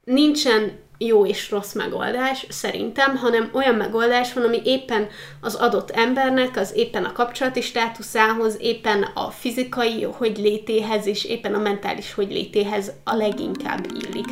Nincsen jó és rossz megoldás, szerintem, hanem olyan megoldás van, ami éppen az adott embernek, az éppen a kapcsolati státuszához, éppen a fizikai hogylétéhez, és éppen a mentális hogylétéhez a leginkább illik.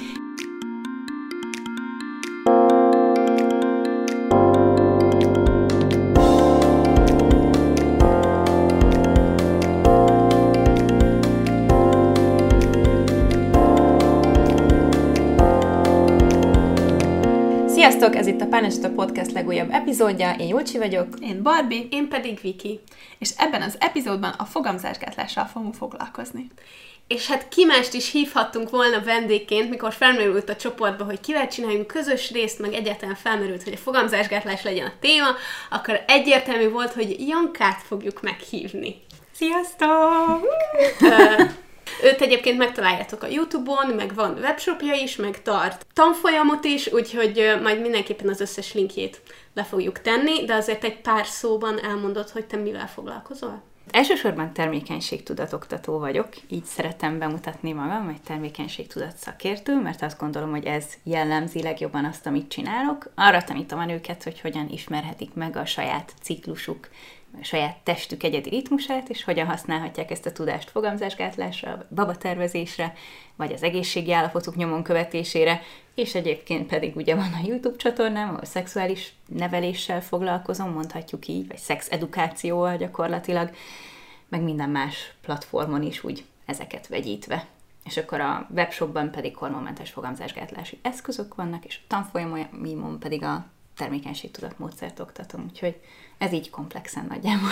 Sziasztok! Ez itt a Pánestota Podcast legújabb epizódja. Én Julcsi vagyok. Én Barbie. Én pedig Viki. És ebben az epizódban a fogamzásgátlással fogunk foglalkozni. És hát ki mást is hívhattunk volna vendégként, mikor felmerült a csoportba, hogy kivel csináljunk közös részt, meg egyáltalán felmerült, hogy a fogamzásgátlás legyen a téma, akkor egyértelmű volt, hogy Jankát fogjuk meghívni. Sziasztok! Őt egyébként megtaláljátok a YouTube-on, meg van webshopja is, meg tart tanfolyamot is, úgyhogy majd mindenképpen az összes linkjét le fogjuk tenni, de azért egy pár szóban elmondod, hogy te mivel foglalkozol? Elsősorban termékenységtudatoktató vagyok, így szeretem bemutatni magam, egy termékenységtudat szakértő, mert azt gondolom, hogy ez jellemzi legjobban azt, amit csinálok. Arra tanítom a nőket, hogy hogyan ismerhetik meg a saját ciklusuk, a saját testük egyedi ritmusát, és hogyan használhatják ezt a tudást fogamzásgátlásra, babatervezésre, vagy az egészségi állapotuk nyomon követésére, és egyébként pedig ugye van a YouTube csatornám, ahol szexuális neveléssel foglalkozom, mondhatjuk így, vagy szexedukációval gyakorlatilag, meg minden más platformon is úgy ezeket vegyítve. És akkor a webshopban pedig hormonmentes fogamzásgátlási eszközök vannak, és a tanfolyamon pedig a termékenységtudat módszert oktatom, úgyhogy ez így komplexen nagyjából.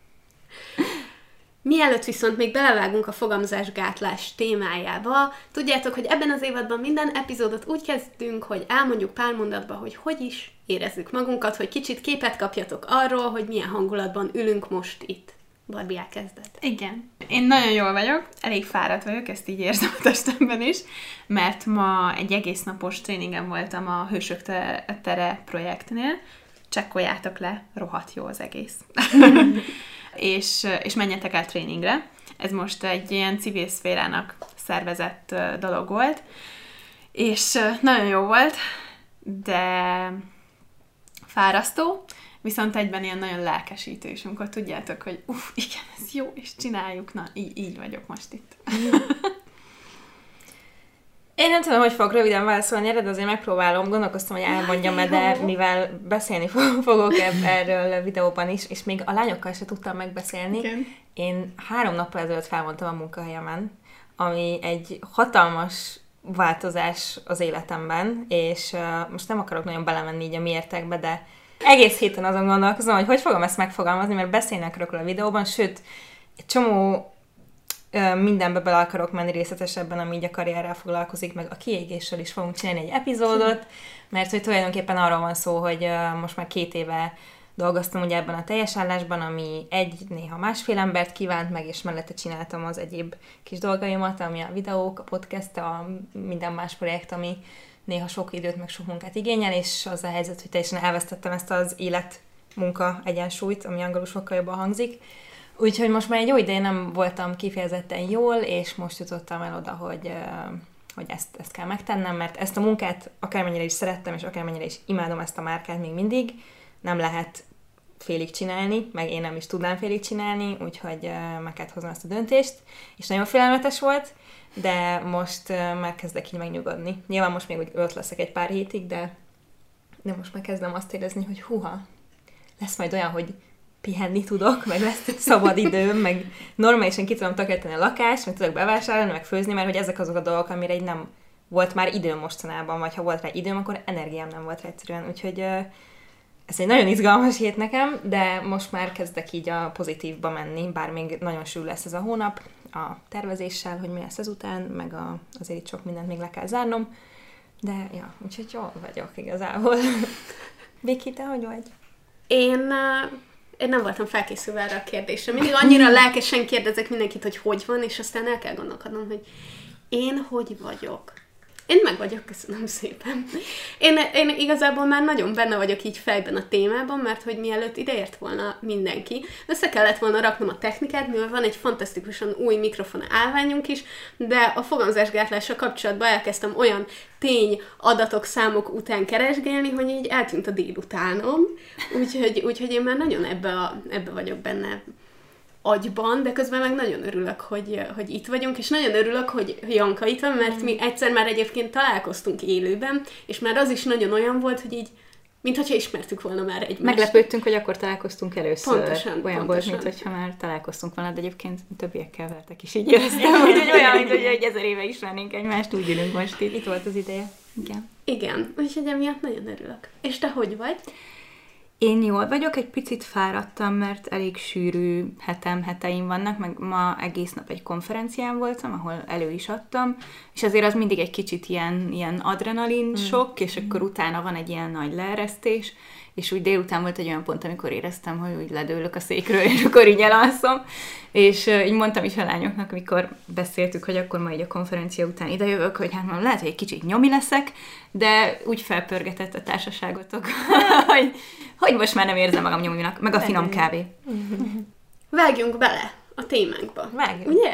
Mielőtt viszont még belevágunk a fogamzásgátlás témájába, tudjátok, hogy ebben az évadban minden epizódot úgy kezdünk, hogy elmondjuk pár mondatba, hogy is érezzük magunkat, hogy kicsit képet kapjatok arról, hogy milyen hangulatban ülünk most itt. Barbie, elkezded. Igen. Én nagyon jól vagyok, elég fáradt vagyok, ezt így érzem a testemben is, mert ma egy egész napos tréningen voltam a Hősök tere projektnél. Csekkoljátok le, rohadt jó az egész. és menjetek el tréningre. Ez most egy ilyen civil szférának szervezett dolog volt, és nagyon jó volt, de fárasztó, viszont egyben ilyen nagyon lelkesítő, és amikor tudjátok, hogy igen, ez jó, és csináljuk, na, így vagyok most itt. Én nem tudom, hogy fogok röviden válaszolni erre, de azért megpróbálom, gondolkoztam, hogy elmondjam, de mivel beszélni fogok erről a videóban is, és még a lányokkal se tudtam megbeszélni. Igen. Én 3 nappal ezelőtt felmondtam a munkahelyemen, ami egy hatalmas változás az életemben, és most nem akarok nagyon belemenni így a miértekbe, de egész héten azon gondolkozom, hogy fogom ezt megfogalmazni, mert beszélni akarok a videóban, sőt, egy csomó mindenbe bele akarok menni részletesebben, ami így a karrierrel foglalkozik, meg a kiégéssel is fogunk csinálni egy epizódot, mert hogy tulajdonképpen arról van szó, hogy most már 2 éve dolgoztam ugye ebben a teljes állásban, ami néha másfél embert kívánt meg, és mellette csináltam az egyéb kis dolgaimat, ami a videók, a podcast, a minden más projekt, ami néha sok időt, meg sok munkát igényel, és az a helyzet, hogy teljesen elvesztettem ezt az élet-munka egyensúlyt, ami angolul sokkal jobban hangzik. Úgyhogy most már egy jó ideje nem voltam kifejezetten jól, és most jutottam el oda, hogy ezt kell megtennem, mert ezt a munkát akármennyire is szerettem, és akármennyire is imádom ezt a márkát még mindig, nem lehet félig csinálni, meg én nem is tudnám félig csinálni, úgyhogy meg kellett hoznom ezt a döntést, és nagyon félelmetes volt, de most már kezdek így megnyugodni. Nyilván most még úgy ott leszek egy pár hétig, de most már kezdem azt érezni, hogy lesz majd olyan, hogy pihenni tudok, meg lesz szabad időm, meg normálisan ki tudom takarítani a lakást, meg tudok bevásárolni, meg főzni, mert hogy ezek azok a dolgok, amire így nem volt már időm mostanában, vagy ha volt rá időm, akkor energiám nem volt rá egyszerűen. Úgyhogy ez egy nagyon izgalmas hét nekem, de most már kezdek így a pozitívba menni, bár még nagyon sűrű lesz ez a hónap a tervezéssel, hogy mi lesz ezután, meg azért itt sok mindent még le kell zárnom, de ja, úgyhogy jól vagyok igazából. Viki, te hogy vagy? Én nem voltam felkészülve erre a kérdésre. Mindig annyira lelkesen kérdezek mindenkit, hogy van, és aztán el kell gondolkodnom, hogy én hogy vagyok. Én meg vagyok, köszönöm szépen. Én igazából már nagyon benne vagyok így fejben a témában, mert hogy mielőtt ideért volna mindenki, össze kellett volna raknom a technikát, mivel van egy fantasztikusan új mikrofon állványunk is, de a fogamzásgátlással kapcsolatban elkezdtem olyan adatok, számok után keresgélni, hogy így eltűnt a délutánom, úgyhogy én már nagyon ebbe vagyok benne agyban, de közben meg nagyon örülök, hogy itt vagyunk, és nagyon örülök, hogy Janka itt van, mert mi egyszer már egyébként találkoztunk élőben, és már az is nagyon olyan volt, hogy így, mintha ismertük volna már egymást. Meglepődtünk, hogy akkor találkoztunk először. Pontosan. Volt, mintha már találkoztunk volna, de egyébként többiekkel veltek is így éreztem, hogy olyan, mint hogy 1000 éve ismernénk egymást, úgy ülünk most itt volt az ideje. Igen, úgyhogy emiatt nagyon örülök. És te hogy vagy? Én jól vagyok, egy picit fáradtam, mert elég sűrű heteim vannak, meg ma egész nap egy konferencián voltam, ahol elő is adtam, és azért az mindig egy kicsit ilyen adrenalin sok, és akkor utána van egy ilyen nagy leeresztés, és úgy délután volt egy olyan pont, amikor éreztem, hogy úgy ledőlök a székről, és akkor így elalszom, és így mondtam is a lányoknak, amikor beszéltük, hogy akkor majd a konferencia után idejövök, hogy hát mondom, lehet, hogy egy kicsit nyomi leszek, de úgy felpörgetett a társaságotok, hogy most már nem érzem magam nyominak, meg a finom kávé. Vágjunk bele a témánkba. Vágjunk. Ugye?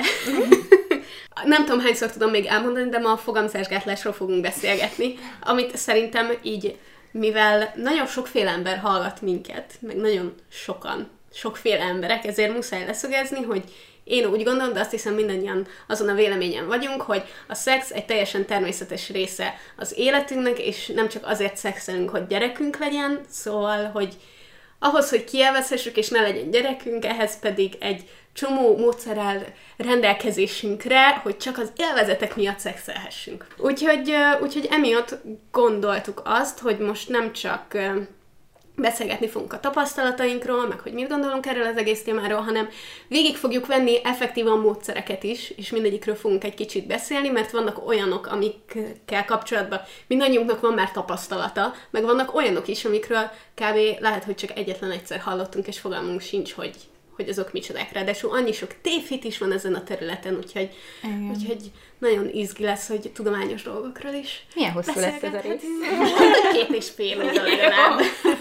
Nem tudom, hányszor tudom még elmondani, de ma a fogamzásgátlásról fogunk beszélgetni, amit szerintem így, mivel nagyon sokféle ember hallgat minket, meg nagyon sokféle emberek, ezért muszáj leszögezni, hogy én úgy gondolom, de azt hiszem mindannyian azon a véleményen vagyunk, hogy a szex egy teljesen természetes része az életünknek, és nem csak azért szexelünk, hogy gyerekünk legyen, szóval, hogy ahhoz, hogy kielvezhessük és ne legyen gyerekünk, ehhez pedig egy csomó módszer áll rendelkezésünkre, hogy csak az élvezetek miatt szexelhessünk. Úgyhogy emiatt gondoltuk azt, hogy most nem csak beszélgetni fogunk a tapasztalatainkról, meg hogy mit gondolunk erről az egész témáról, hanem végig fogjuk venni effektívan módszereket is, és mindegyikről fogunk egy kicsit beszélni, mert vannak olyanok, amikkel kapcsolatban mindannyiunknak van már tapasztalata, meg vannak olyanok is, amikről kb. Lehet, hogy csak egyetlen egyszer hallottunk, és fogalmunk sincs, hogy azok micsodák. Ráadásul annyi sok tévhit is van ezen a területen, úgyhogy nagyon izgi lesz, hogy tudományos dolgokról is. Milyen hosszú lesz ez a rész? 2,5 óra legalább.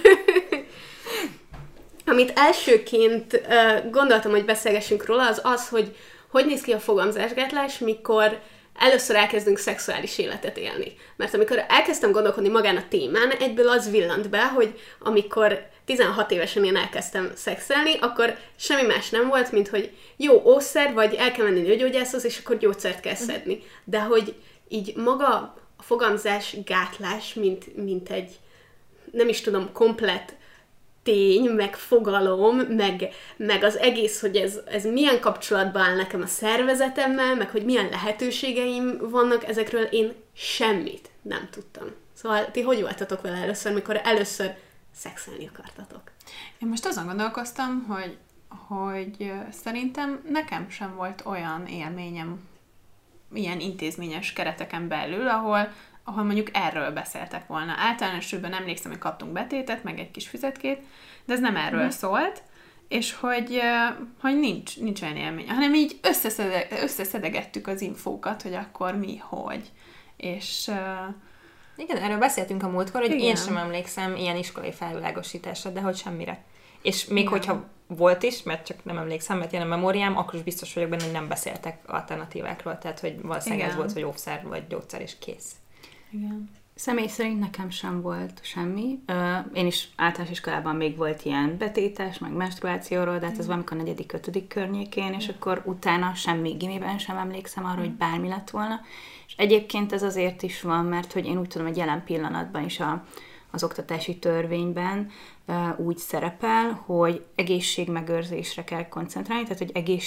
Amit elsőként gondoltam, hogy beszélgessünk róla, az, hogy néz ki a fogamzásgátlás, mikor először elkezdünk szexuális életet élni. Mert amikor elkezdtem gondolkodni magán a témán, egyből az villant be, hogy amikor 16 évesen én elkezdtem szexelni, akkor semmi más nem volt, mint hogy jó ószer, vagy el kell menni nőgyógyászhoz, és akkor gyógyszert kell szedni. De hogy így maga a fogamzásgátlás, mint egy, nem is tudom, komplett tény, meg fogalom, meg az egész, hogy ez milyen kapcsolatban áll nekem a szervezetemmel, meg hogy milyen lehetőségeim vannak, ezekről én semmit nem tudtam. Szóval ti hogy voltatok vele először, mikor először szexelni akartatok? Én most azon gondolkoztam, hogy szerintem nekem sem volt olyan élményem ilyen intézményes kereteken belül, ahol mondjuk erről beszéltek volna. Általánosságban emlékszem, hogy kaptunk betétet, meg egy kis füzetkét, de ez nem erről szólt, és hogy nincs olyan élmény, hanem így összeszedegettük az infókat, hogy akkor mi, hogy. És igen, erről beszéltünk a múltkor, hogy igen. Én sem emlékszem ilyen iskolai felvilágosításra, de hogy semmire. És még hogyha volt is, mert csak nem emlékszem, mert ilyen a memóriám, akkor is biztos vagyok benne, hogy nem beszéltek alternatívákról, tehát hogy valószínűleg ez volt, hogy óvszer vagy gyógyszer, és kész. Igen. Személy szerint nekem sem volt semmi. Én is általános iskolában még volt ilyen betétes, meg menstruációról, de hát ez valamikor 4.-5. környékén, és akkor utána semmi gimiben sem emlékszem arra, hogy bármi lett volna. És egyébként ez azért is van, mert hogy én úgy tudom, hogy jelen pillanatban is az oktatási törvényben úgy szerepel, hogy egészségmegőrzésre kell koncentrálni, tehát hogy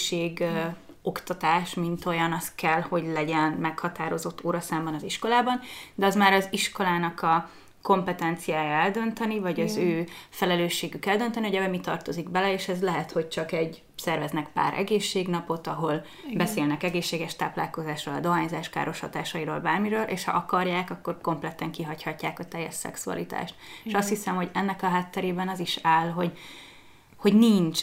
oktatás, mint olyan, az kell, hogy legyen meghatározott óraszámban az iskolában, de az már az iskolának a kompetenciája eldönteni, vagy az ő felelősségük eldönteni, hogy ebben mi tartozik bele, és ez lehet, hogy csak szerveznek pár egészségnapot, ahol beszélnek egészséges táplálkozásról, a dohányzás káros hatásairól, bármiről, és ha akarják, akkor kompletten kihagyhatják a teljes szexualitást. És azt hiszem, hogy ennek a hátterében az is áll, hogy hogy nincs,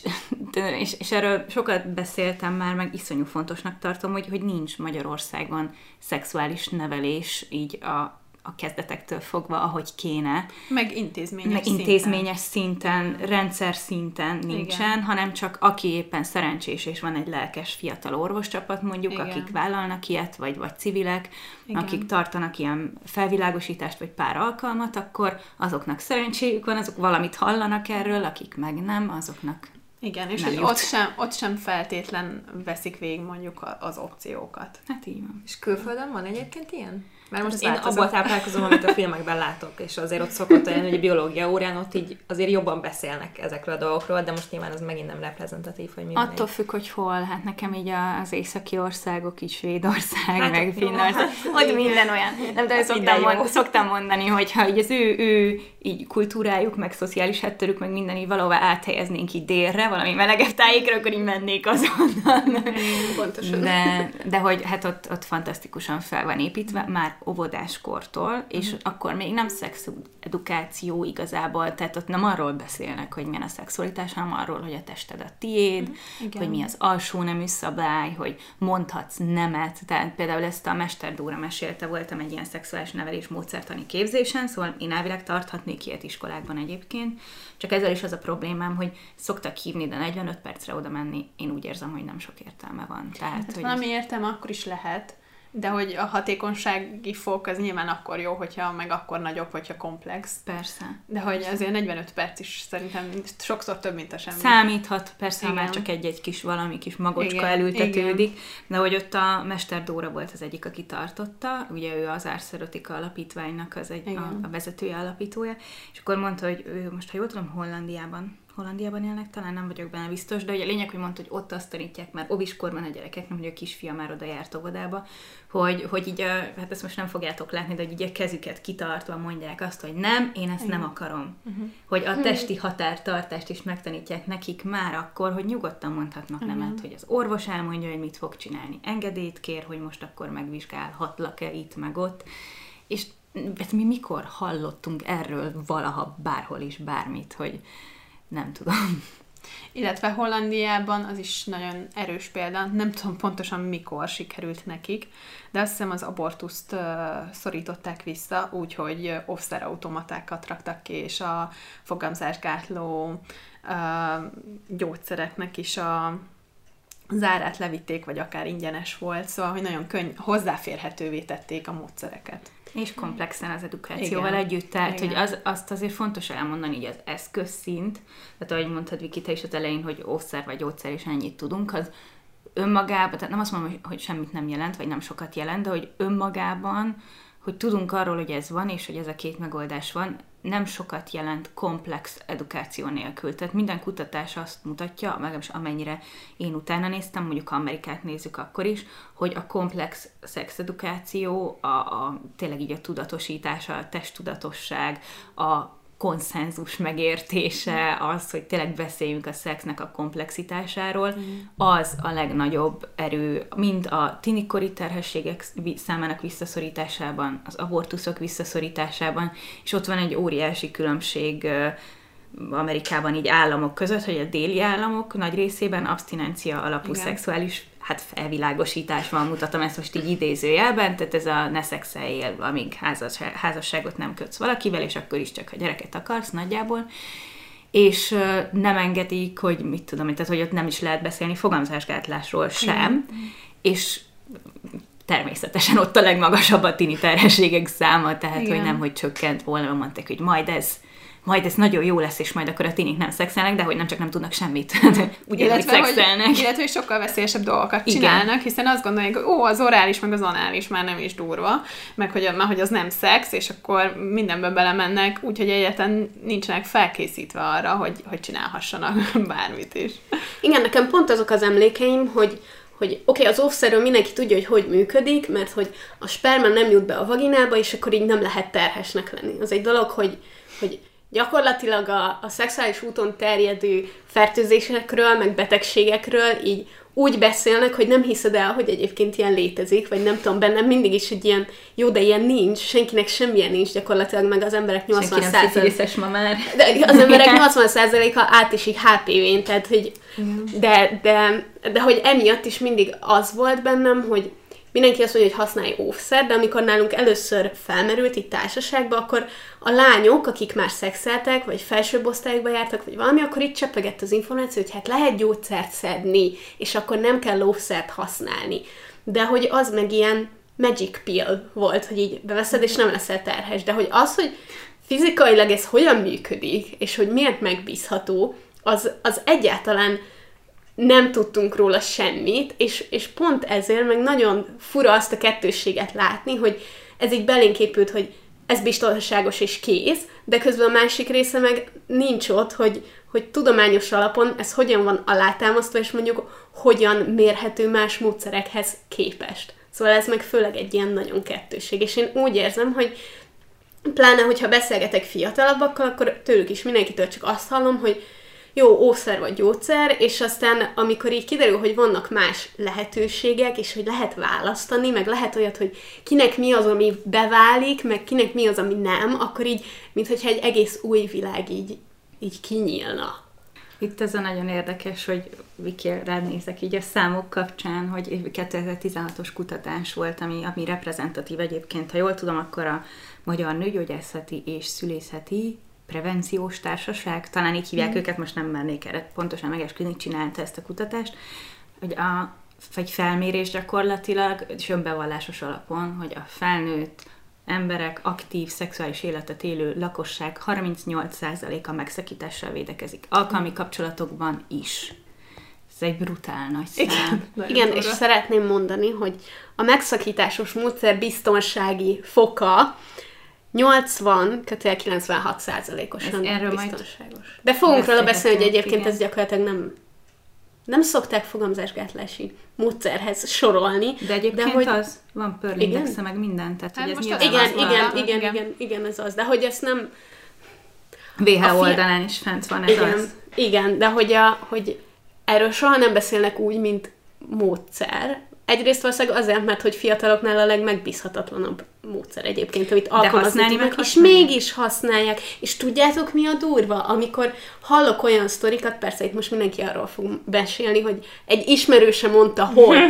és erről sokat beszéltem már, meg iszonyú fontosnak tartom, hogy nincs Magyarországon szexuális nevelés így a kezdetektől fogva, ahogy kéne. Meg intézményes szinten, rendszer szinten nincsen, igen, hanem csak aki éppen szerencsés, és van egy lelkes fiatal orvoscsapat mondjuk, igen, akik vállalnak ilyet, vagy civilek, igen, akik tartanak ilyen felvilágosítást, vagy pár alkalmat, akkor azoknak szerencséjük van, azok valamit hallanak erről, akik meg nem, azoknak igen, és hogy ott sem feltétlen veszik végig mondjuk az opciókat. Hát így van. És külföldön van egyébként ilyen? Mert most én abban táplálkozom, amit a filmekben látok, és azért ott szokott olyan, hogy a biológia órán ott így azért jobban beszélnek ezekről a dolgokról, de most nyilván az megint nem reprezentatív, hogy mi. Attól függ, hogy hol. Hát nekem így az északi országok, így Svédország, hát, meg Finnország, ott minden olyan. Nem, de szoktam mondani, hogyha így az ő így kultúrájuk, meg szociális háttérük, meg minden így valahová áthelyeznénk így délre, valami melegebb tájékra, akkor így mennék azonnal. Pontosan. De hogy hát ott fantasztikusan fel van építve, már óvodáskortól, és akkor még nem szexedukáció igazából, tehát ott nem arról beszélnek, hogy milyen a szexualitás, hanem arról, hogy a tested a tiéd, hogy mi az alsó nemű szabály, hogy mondhatsz nemet, tehát például ezt a Mester Dóra mesélte, voltam egy ilyen szexuális nevelés módszertani képzésen, szóval én elvileg tarthatnék ilyet iskolákban egyébként, csak ezzel is az a problémám, hogy szoktak hívni, de 45 percre oda menni, én úgy érzem, hogy nem sok értelme van. Tehát, hát hogy valami értelme akkor is lehet, de hogy a hatékonysági fok az nyilván akkor jó, hogyha meg akkor nagyobb, hogyha komplex. Persze. De hogy azért 45 perc is szerintem sokszor több, mint a semmi. Számíthat, persze, ha már csak egy kis valami kis magocska igen, elültetődik, igen, de hogy ott a Mester Dóra volt az egyik, aki tartotta, ugye ő az Ars Erotica alapítványnak az a vezetője, alapítója, és akkor mondta, hogy ő most, ha jól tudom, Hollandiában élnek, talán nem vagyok benne biztos, de ugye a lényeg, hogy mondta, hogy ott azt tanítják már óviskorban a gyerekeknek, hogy a kisfia már oda járt óvodába, hogy így hát ezt most nem fogjátok látni, de hogy így a kezüket kitartva mondják azt, hogy nem, én ezt nem akarom. Hogy a testi határtartást is megtanítják nekik már akkor, hogy nyugodtan mondhatnak nemet, hogy az orvos elmondja, hogy mit fog csinálni. Engedélyt kér, hogy most akkor megvizsgálhatlak-e itt meg ott. És mi mikor hallottunk erről valaha bárhol is bármit, hogy nem tudom. Illetve Hollandiában az is nagyon erős példa, nem tudom pontosan mikor sikerült nekik, de azt hiszem az abortuszt szorították vissza, úgyhogy offszerautomatákat raktak ki, és a fogamzásgátló gyógyszereknek is a zárát levitték, vagy akár ingyenes volt, szóval, hogy nagyon hozzáférhetővé tették a módszereket. És komplexen az edukációval együtt, tehát hogy azt azért fontos elmondani, hogy az eszközszint, tehát ahogy mondtad, Viki, te is az elején, hogy óvszer vagy gyógyszer és ennyit tudunk, az önmagában, tehát nem azt mondom, hogy semmit nem jelent, vagy nem sokat jelent, de hogy önmagában, hogy tudunk arról, hogy ez van, és hogy ez a két megoldás van, nem sokat jelent komplex edukáció nélkül. Tehát minden kutatás azt mutatja, legalábbis amennyire én utána néztem, mondjuk ha Amerikát nézzük akkor is, hogy a komplex szexedukáció, tényleg így a tudatosítása, a testtudatosság, a konszenzus megértése, az, hogy tényleg beszéljünk a szexnek a komplexitásáról, az a legnagyobb erő, mind a tinikori terhességek számának visszaszorításában, az abortuszok visszaszorításában, és ott van egy óriási különbség Amerikában így államok között, hogy a déli államok nagy részében abstinencia alapú szexuális felvilágosítás van, mutatom ezt most így idézőjelben, tehát ez a ne szexeljél, amíg házasságot nem kötsz valakivel, és akkor is csak, ha gyereket akarsz nagyjából, és nem engedik, hogy mit tudom, tehát hogy ott nem is lehet beszélni fogamzásgátlásról sem, és természetesen ott a legmagasabb a tini terhességek száma, tehát hogy nem, hogy csökkent volna, mondták, hogy majd ez nagyon jó lesz, és majd akkor a tinik nem szexelnek, de hogy nem csak nem tudnak semmit, ugyanúgy szexelnek. Illetve, hogy sokkal veszélyesebb dolgokat csinálnak, hiszen azt gondolják, hogy az orális, meg az anális már nem is durva, meg hogy az nem szex, és akkor mindenbe belemennek, úgyhogy egyáltalán nincsenek felkészítve arra, hogy csinálhassanak bármit is. Igen, nekem pont azok az emlékeim, hogy oké, az óvszerről mindenki tudja, hogy működik, mert hogy a sperma nem jut be a vaginába, és akkor így nem lehet terhesnek lenni. Az egy dolog, hogy gyakorlatilag a szexuális úton terjedő fertőzésekről, meg betegségekről így úgy beszélnek, hogy nem hiszed el, hogy egyébként ilyen létezik, vagy nem tudom, bennem mindig is egy ilyen, jó, de ilyen nincs, senkinek semmilyen nincs gyakorlatilag, meg az emberek 80%-a. Ma már. De az emberek 80%-a átesik HPV-n, tehát, hogy de hogy emiatt is mindig az volt bennem, hogy mindenki azt mondja, hogy használj óvszert, de amikor nálunk először felmerült itt társaságban, akkor a lányok, akik már szexeltek, vagy felsőbb osztályokba jártak, vagy valami, akkor itt csepegett az információ, hogy hát lehet gyógyszert szedni, és akkor nem kell óvszert használni. De hogy az meg ilyen magic pill volt, hogy így beveszed, és nem leszel terhes. De hogy az, hogy fizikailag ez hogyan működik, és hogy miért megbízható, az egyáltalán nem tudtunk róla semmit, és pont ezért meg nagyon fura azt a kettősséget látni, hogy ez így belénk épült, hogy ez biztonságos és kész, de közben a másik része meg nincs ott, hogy tudományos alapon ez hogyan van alátámasztva, és mondjuk hogyan mérhető más módszerekhez képest. Szóval ez meg főleg egy ilyen nagyon kettősség, és én úgy érzem, hogy pláne, hogyha beszélgetek fiatalabbakkal, akkor tőlük is mindenkitől csak azt hallom, hogy jó, ószer vagy gyógyszer, és aztán amikor így kiderül, hogy vannak más lehetőségek, és hogy lehet választani, meg lehet olyat, hogy kinek mi az, ami beválik, meg kinek mi az, ami nem, akkor így, minthogyha egy egész új világ így kinyílna. Itt ez a nagyon érdekes, hogy Viki, rád nézek így a számok kapcsán, hogy 2016-os kutatás volt, ami reprezentatív egyébként. Ha jól tudom, akkor a Magyar Nőgyógyászati és Szülészeti Prevenciós Társaság, talán így hívják őket, most nem mernék erre pontosan megesküdni, csinálta ezt a kutatást, hogy egy felmérés gyakorlatilag, és önbevallásos alapon, hogy a felnőtt emberek, aktív, szexuális életet élő lakosság 38%-a megszakítással védekezik. Alkalmi kapcsolatokban is. Ez egy brutál nagy szám. Igen, és szeretném mondani, hogy a megszakításos módszer biztonsági foka 80-96%-osan biztonságos. De fogunk róla beszélni, hogy egyébként ez gyakorlatilag nem szokták fogamzásgátlási módszerhez sorolni. De egyébként hogy az van Pearl-indexe, meg minden. Tehát, hát hogy ez igen, ez az. De hogy ezt nem... WHO oldalán is fent van ez az. Igen, de hogy erről soha nem beszélnek úgy, mint módszer. Egyrészt valószínűleg azért, mert hogy fiataloknál a legmegbízhatatlanabb módszer egyébként, amit alkalmazni tudnak, és mégis használják. És tudjátok, mi a durva? Amikor hallok olyan sztorikat, persze itt most mindenki arról fog beszélni, hogy egy ismerőse mondta,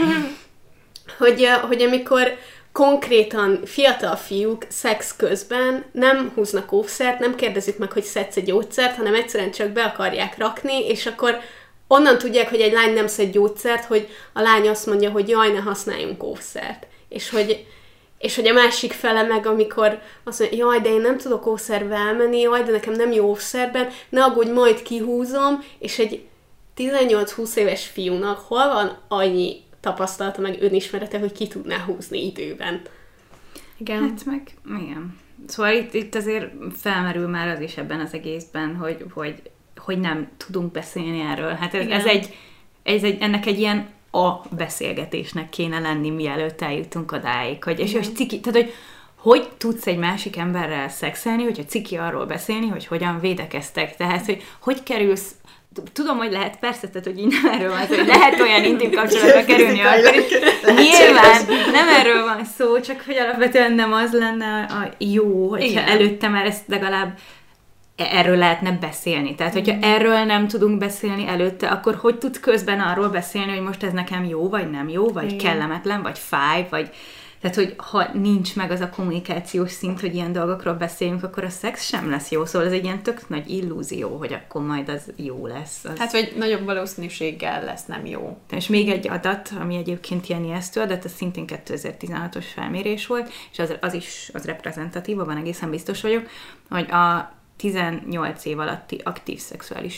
hogy amikor konkrétan fiatal fiúk szex közben nem húznak óvszert, nem kérdezik meg, hogy szedsz egy gyógyszert, hanem egyszerűen csak be akarják rakni, és akkor onnan tudják, hogy egy lány nem szed gyógyszert, hogy a lány azt mondja, hogy jaj, ne használjunk óvszert. És hogy a másik fele meg, amikor azt mondja, jaj, de én nem tudok óvszerbe elmenni, jaj, de nekem nem jó óvszerben, ne aggódj, majd kihúzom, és egy 18-20 éves fiúnak hol van annyi tapasztalata, meg önismerete, hogy ki tudná húzni időben. Igen. Hát meg, igen. Szóval itt azért felmerül már az is ebben az egészben, hogy nem tudunk beszélni erről. Hát ennek egy ilyen beszélgetésnek kéne lenni, mielőtt eljutunk odáig. És ciki, tehát, hogy tudsz egy másik emberrel szexelni, hogyha ciki arról beszélni, hogy hogyan védekeztek. Tehát, hogy kerülsz. Tudom, hogy lehet, persze, tehát, hogy így nem erről van szó, hogy lehet olyan intim kapcsolatba kerülni, nyilván nem erről van szó, csak hogy alapvetően nem az lenne a jó, hogyha előtte már ezt legalább erről lehetne beszélni. Tehát, hogyha erről nem tudunk beszélni előtte, akkor hogy tudsz közben arról beszélni, hogy most ez nekem jó, vagy nem jó, vagy kellemetlen, vagy fáj, vagy... Tehát, hogy ha nincs meg az a kommunikációs szint, hogy ilyen dolgokról beszéljünk, akkor a szex sem lesz jó. Szóval ez egy ilyen tök nagy illúzió, hogy akkor majd az jó lesz. Hát, vagy nagyobb valószínűséggel lesz nem jó. És még egy adat, ami egyébként ilyen ijesztő adat, ez szintén 2016-os felmérés volt, és az reprezentatív, abban egészen biztos vagyok, hogy a 18 év alatti aktív szexuális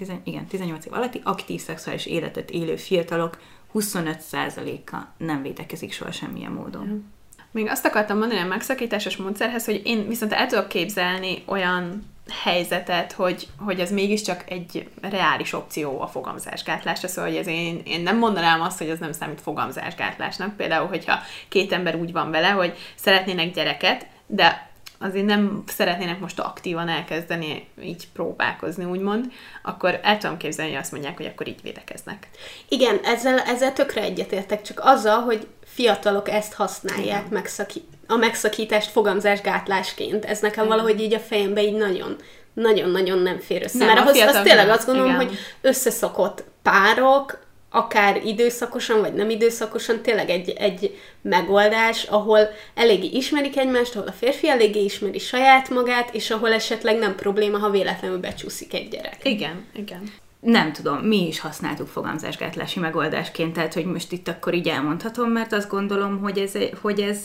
életet élő fiatalok 25%-a nem védekezik soha semmilyen módon. Még azt akartam mondani a megszakításos módszerhez, hogy én viszont el tudok képzelni olyan helyzetet, hogy ez mégiscsak egy reális opció a fogamzásgátlásra, szóval hogy én nem mondanám azt, hogy ez nem számít fogamzásgátlásnak. Például, hogyha két ember úgy van vele, hogy szeretnének gyereket, de azért nem szeretnének most aktívan elkezdeni így próbálkozni, úgymond, akkor el tudom képzelni, hogy azt mondják, hogy akkor így védekeznek. Igen, ezzel tökre egyetértek, csak azzal, hogy fiatalok ezt használják a megszakítást fogamzásgátlásként. Ez nekem valahogy így a fejembe így nagyon-nagyon nem fér össze. Mert ahhoz tényleg azt gondolom, hogy összeszokott párok, akár időszakosan, vagy nem időszakosan, tényleg egy megoldás, ahol eléggé ismerik egymást, ahol a férfi eléggé ismeri saját magát, és ahol esetleg nem probléma, ha véletlenül becsúszik egy gyerek. Igen. Nem tudom, mi is használtuk fogamzásgátlási megoldásként, tehát hogy most itt akkor így elmondhatom, mert azt gondolom, hogy ez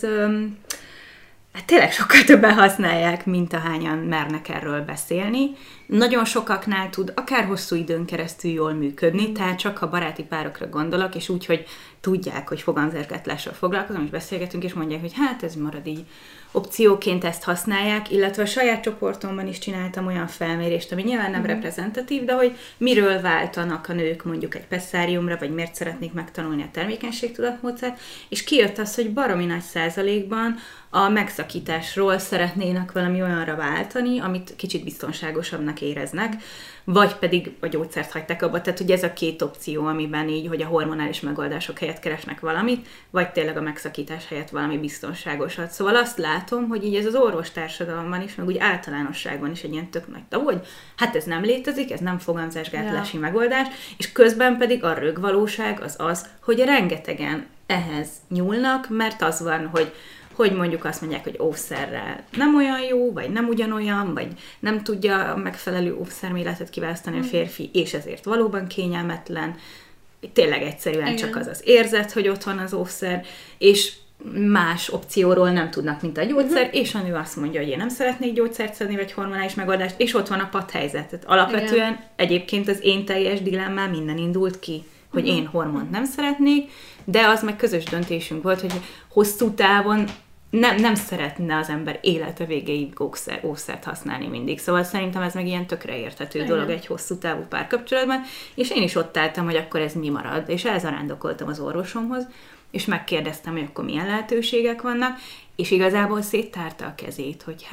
hát tényleg sokkal többen használják, mint ahányan mernek erről beszélni. Nagyon sokaknál tud akár hosszú időn keresztül jól működni, tehát csak ha baráti párokra gondolok, és úgy, hogy tudják, hogy fogamzásgátlással foglalkozom, és beszélgetünk, és mondják, hogy hát ez marad így opcióként, ezt használják, illetve a saját csoportomban is csináltam olyan felmérést, ami nyilván nem reprezentatív, de hogy miről váltanak a nők mondjuk egy pesszáriumra, vagy miért szeretnék megtanulni a termékenységtudatmódszert, és kijött az, hogy baromi nagy százalékban a megszakításról szeretnének valami olyanra váltani, amit kicsit biztonságosabbnak éreznek, vagy pedig a gyógyszert hagyták abba. Tehát ugye ez a két opció, amiben így, hogy a hormonális megoldások helyett keresnek valamit, vagy tényleg a megszakítás helyett valami biztonságosat. Szóval azt látom, hogy így ez az orvostársadalomban is, meg úgy általánosságban is egy ilyen tök nagy tabu, hogy hát ez nem létezik, ez nem fogamzásgátlási megoldás, és közben pedig a rögvalóság az, hogy rengetegen ehhez nyúlnak, mert az van, hogy mondjuk azt mondják, hogy óvszerrel nem olyan jó, vagy nem ugyanolyan, vagy nem tudja a megfelelő óvszerméletet kiválasztani a férfi, és ezért valóban kényelmetlen. Tényleg egyszerűen csak az érzet, hogy ott van az óvszer, és más opcióról nem tudnak, mint a gyógyszer, és a nő azt mondja, hogy én nem szeretnék gyógyszert szedni, vagy hormonális megoldást, és ott van a patthelyzet. Tehát alapvetően egyébként az én teljes dilemmám minden indult ki, hogy én hormont nem szeretnék, de az meg közös döntésünk volt, hogy hosszú távon nem szeretne az ember élete végéig óvszert használni mindig. Szóval szerintem ez meg ilyen tökre érthető dolog egy hosszú távú párkapcsolatban, és én is ott álltam, hogy akkor ez mi marad, és elzarándokoltam az orvosomhoz, és megkérdeztem, hogy akkor milyen lehetőségek vannak, és igazából széttárta a kezét, hogy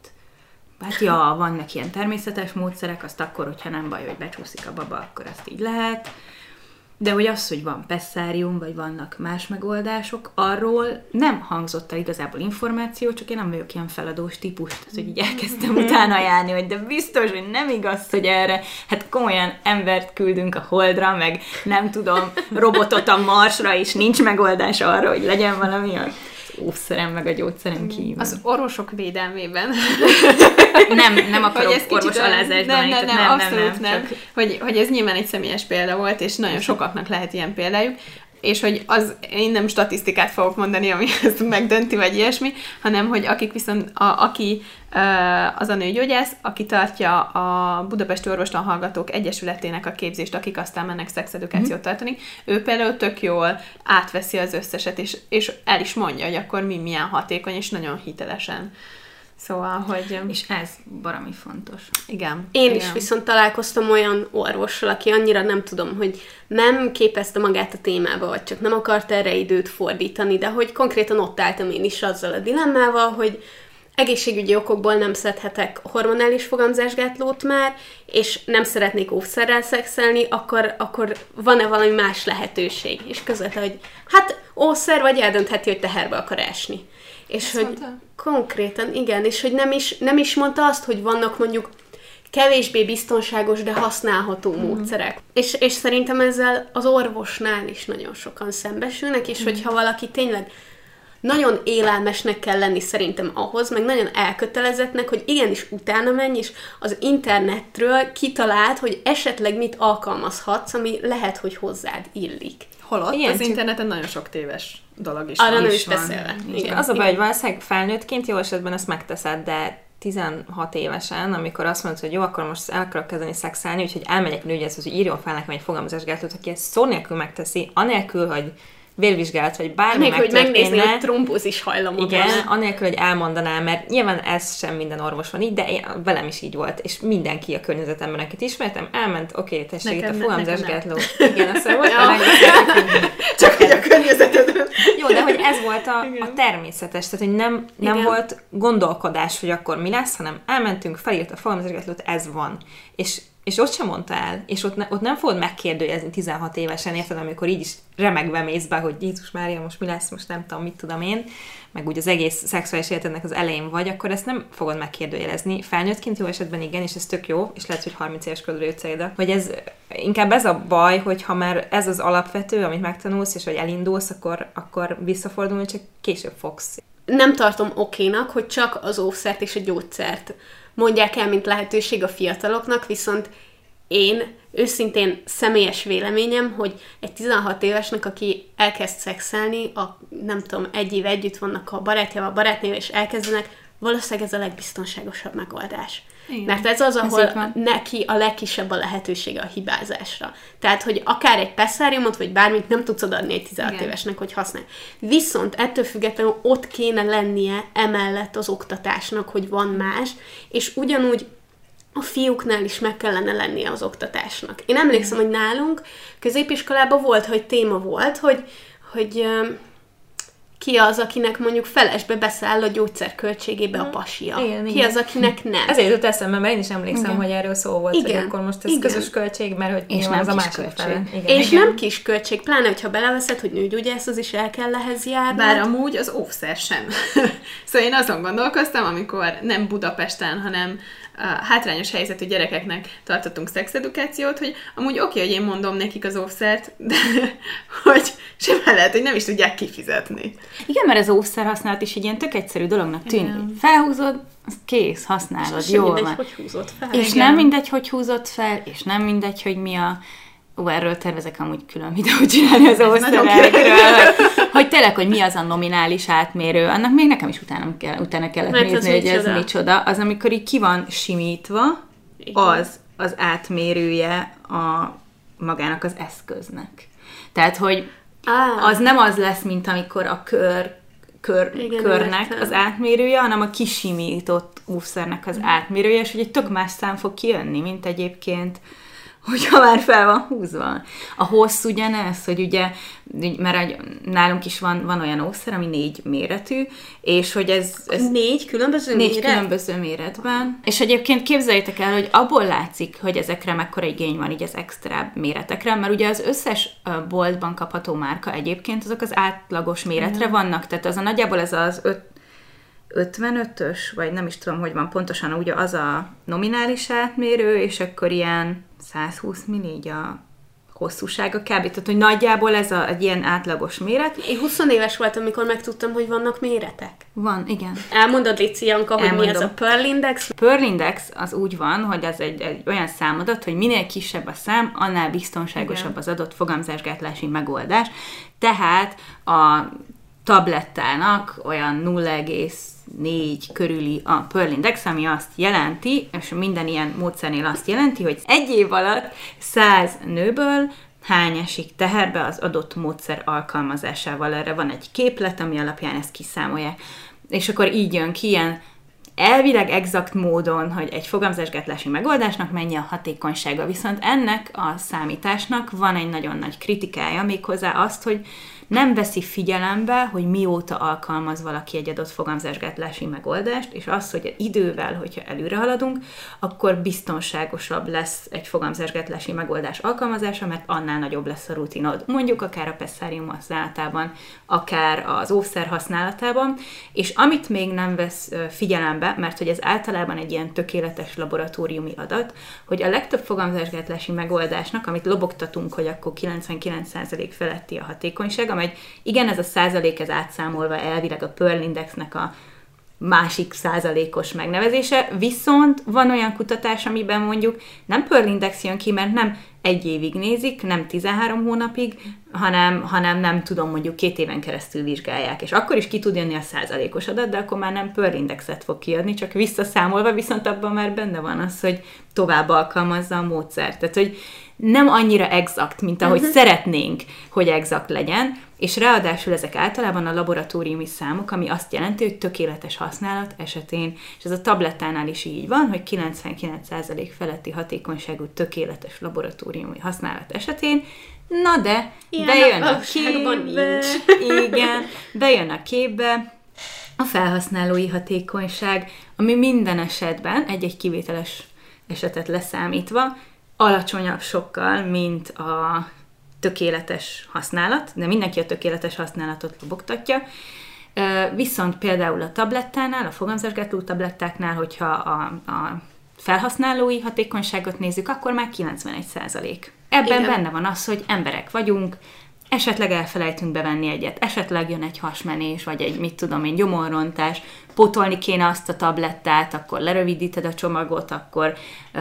hát vannak ilyen természetes módszerek, azt akkor, hogyha nem baj, hogy becsúszik a baba, akkor azt így lehet. De hogy az, hogy van pesszárium, vagy vannak más megoldások, arról nem hangzott el igazából információ, csak én nem vagyok ilyen feladós típus, tehát hogy így elkezdtem utána járni, hogy de biztos, hogy nem igaz, hogy erre, hát komolyan embert küldünk a Holdra, meg nem tudom, robotot a Marsra, és nincs megoldás arra, hogy legyen valami az óvszerem, meg a gyógyszerem kívül. Az orvosok védelmében. Nem akarok orvos alázásban. Nem. Hogy ez nyilván egy személyes példa volt, és nagyon sokaknak lehet ilyen példájuk, és hogy én nem statisztikát fogok mondani, ami ezt megdönti, vagy ilyesmi, hanem hogy akik viszont, aki az a nőgyógyász, aki tartja a Budapesti Orvostan Hallgatók Egyesületének a képzést, akik aztán mennek szexedukációt tartani, ő például tök jól átveszi az összeset, és el is mondja, hogy akkor milyen hatékony, és nagyon hitelesen. Szóval, hogy... És ez baromi fontos. Igen. Én is viszont találkoztam olyan orvossal, aki annyira nem tudom, hogy nem képezte magát a témába, vagy csak nem akart erre időt fordítani, de hogy konkrétan ott álltam én is azzal a dilemmával, hogy egészségügyi okokból nem szedhetek hormonális fogamzásgátlót már, és nem szeretnék óvszerrel szexelni, akkor van-e valami más lehetőség? És közölte, hogy hát óvszer, vagy eldöntheti, hogy teherbe akar esni. És ezt hogy mondta? Konkrétan, igen, és hogy nem is mondta azt, hogy vannak mondjuk kevésbé biztonságos, de használható módszerek. És szerintem ezzel az orvosnál is nagyon sokan szembesülnek, és hogyha valaki tényleg nagyon élelmesnek kell lenni szerintem ahhoz, meg nagyon elkötelezettnek, hogy igenis utána menj, és az internetről kitalált, hogy esetleg mit alkalmazhatsz, ami lehet, hogy hozzád illik. Holott igen, az interneten nagyon sok téves dolog is arra van. nem is beszélve. Igen. Az a baj, hogy valószínűleg felnőttként jó esetben ezt megteszed, de 16 évesen, amikor azt mondod, hogy jó, akkor most el akarok kezdeni szexelni, úgyhogy elmegyek nőgyászhoz, hogy írjon fel nekem egy fogamzásgátlót, aki ezt szó nélkül megteszi, anélkül, hogy vérvizsgálat, vagy bármi Anélkül, hogy megnézni, megtörténne, hogy trombózis hajlamod igen, van. anélkül, hogy elmondanám, mert nyilván ez sem minden orvos van így, de velem is így volt, és mindenki a környezetemben, akit ismertem, elment, oké, tessék, itt a fogamzásgátló. Igen, azt mondja, Csak hogy a környezetedben. Jó, de hogy ez volt a természetes, tehát hogy nem volt gondolkodás, hogy akkor mi lesz, hanem elmentünk, felírt a fogamzásgátlót, ez van. És ott sem mondta el, és ott nem fogod megkérdőjezni 16 évesen, érted, amikor így is remegve mész be, hogy Jézus Mária, most mi lesz, most nem tudom, mit tudom én, meg úgy az egész szexuális életednek az elején vagy, akkor ezt nem fogod megkérdőjelezni. Felnőttként jó esetben igen, és ez tök jó, és lehet, hogy 30 éves korodra jutsz ide. Hogy ez inkább ez a baj, hogy ha már ez az alapvető, amit megtanulsz, és hogy elindulsz, akkor visszafordulni csak később fogsz. Nem tartom okénak, hogy csak az óvszert és a gyógyszert mondják el, mint lehetőség a fiataloknak, viszont én őszintén személyes véleményem, hogy egy 16 évesnek, aki elkezd szexelni, nem tudom, egy év együtt vannak a barátjával, a barátnővel, és elkezdenek, valószínűleg ez a legbiztonságosabb megoldás. Igen. Mert ez az, ahol neki a legkisebb a lehetősége a hibázásra. Tehát, hogy akár egy pesszáriumot, vagy bármit nem tudsz odaadni egy 16 évesnek, hogy használj. Viszont ettől függetlenül ott kéne lennie emellett az oktatásnak, hogy van más, és ugyanúgy a fiúknál is meg kellene lennie az oktatásnak. Én emlékszem, hogy nálunk középiskolában volt, hogy téma volt, hogy ki az, akinek mondjuk felesbe beszáll a gyógyszer költségébe a pasia. Ki az, akinek nem. Ezért jutott eszembe, mert én is emlékszem, hogy erről szó volt, hogy akkor most ez közös költség, mert hogy és nem az a másik fele. És nem kis költség, pláne, hogyha beleveszed, hogy nőgyógyászhoz is el kell ehhez járni. Bár amúgy az óvszer sem. Szóval én azon gondolkoztam, amikor nem Budapesten, hanem hátrányos helyzetű gyerekeknek tartottunk szexedukációt, hogy amúgy oké, hogy én mondom nekik az óvszert, de hogy simán lehet, hogy nem is tudják kifizetni. Igen, mert az óvszer használat is egy ilyen tök egyszerű dolognak tűnik. Felhúzod, az kész, használod, jól mindegy, van. hogy húzod fel. És nem mindegy, hogy húzod fel, és nem mindegy, hogy mi a... erről tervezek amúgy külön videót csinálni az óvszerekről, hogy tényleg, hogy mi az a nominális átmérő, annak még nekem is utána kellett mert nézni, hogy ez micsoda. Az, amikor így ki van simítva, az átmérője magának az eszköznek. Tehát, hogy az nem az lesz, mint amikor a körnek az átmérője, hanem a kisimított óvszernek az átmérője, és hogy egy tök más szám fog kijönni, mint egyébként hogyha már fel van húzva. A hossz ugyanez, hogy ugye, mert nálunk is van olyan óvszer, ami 4 méretű, és hogy ez 4 különböző méret? 4 különböző méretben. És egyébként képzeljétek el, hogy abból látszik, hogy ezekre mekkora igény van így az extra méretekre, mert ugye az összes boltban kapható márka egyébként azok az átlagos méretre vannak, tehát az nagyjából ez az 55-ös, vagy nem is tudom, hogy van pontosan, ugye az a nominális átmérő, és akkor ilyen 120 milli a hosszúsága kb. Tehát, hogy nagyjából ez egy ilyen átlagos méret. Én 20 éves voltam, amikor megtudtam, hogy vannak méretek. Van, igen. Elmondod, Lici Janka, hogy mi az a Pearl Index? Pearl Index az úgy van, hogy az egy olyan számadat, hogy minél kisebb a szám, annál biztonságosabb az adott fogamzásgátlási megoldás. Tehát a tablettának olyan 0,4 körüli a Pearl Index, ami azt jelenti, és minden ilyen módszernél azt jelenti, hogy egy év alatt 100 nőből hány esik teherbe az adott módszer alkalmazásával. Erre van egy képlet, ami alapján ezt kiszámolják. És akkor így jön ki ilyen elvileg exakt módon, hogy egy fogamzásgátlási megoldásnak mennyi a hatékonysága. Viszont ennek a számításnak van egy nagyon nagy kritikája, méghozzá azt, hogy nem veszi figyelembe, hogy mióta alkalmaz valaki egy adott fogamzásgátlási megoldást, és az, hogy idővel, hogyha előre haladunk, akkor biztonságosabb lesz egy fogamzásgátlási megoldás alkalmazása, mert annál nagyobb lesz a rutinod. Mondjuk akár a pesszárium használatában, akár az óvszer használatában, és amit még nem vesz figyelembe, mert hogy ez általában egy ilyen tökéletes laboratóriumi adat, hogy a legtöbb fogamzásgátlási megoldásnak, amit lobogtatunk, hogy akkor 99% feletti a hatékonyság, igen, ez a százalék, ez átszámolva elvileg a Pearl Indexnek a másik százalékos megnevezése, viszont van olyan kutatás, amiben mondjuk nem Pearl Index jön ki, mert nem egy évig nézik, nem 13 hónapig, hanem nem tudom, mondjuk 2 éven keresztül vizsgálják, és akkor is ki tud jönni a százalékos adat, de akkor már nem Pearl Indexet fog kiadni, csak visszaszámolva, viszont abban már benne van az, hogy tovább alkalmazza a módszert. Tehát, hogy nem annyira exakt, mint ahogy szeretnénk, hogy exakt legyen, és ráadásul ezek általában a laboratóriumi számok, ami azt jelenti, hogy tökéletes használat esetén, és ez a tablettánál is így van, hogy 99% feletti hatékonyságú tökéletes laboratóriumi használat esetén, na de bejön a képbe, igen, bejön a képbe a felhasználói hatékonyság, ami minden esetben, egy-egy kivételes esetet leszámítva, alacsonyabb sokkal, mint a tökéletes használat, de mindenki a tökéletes használatot lobogtatja. Viszont például a tablettánál, a fogamzásgátló tablettáknál, hogyha a felhasználói hatékonyságot nézzük, akkor már 91%. Ebben benne van az, hogy emberek vagyunk, esetleg elfelejtünk bevenni egyet, esetleg jön egy hasmenés, vagy egy, mit tudom én, gyomorrontás, pótolni kéne azt a tablettát, akkor lerövidíted a csomagot, akkor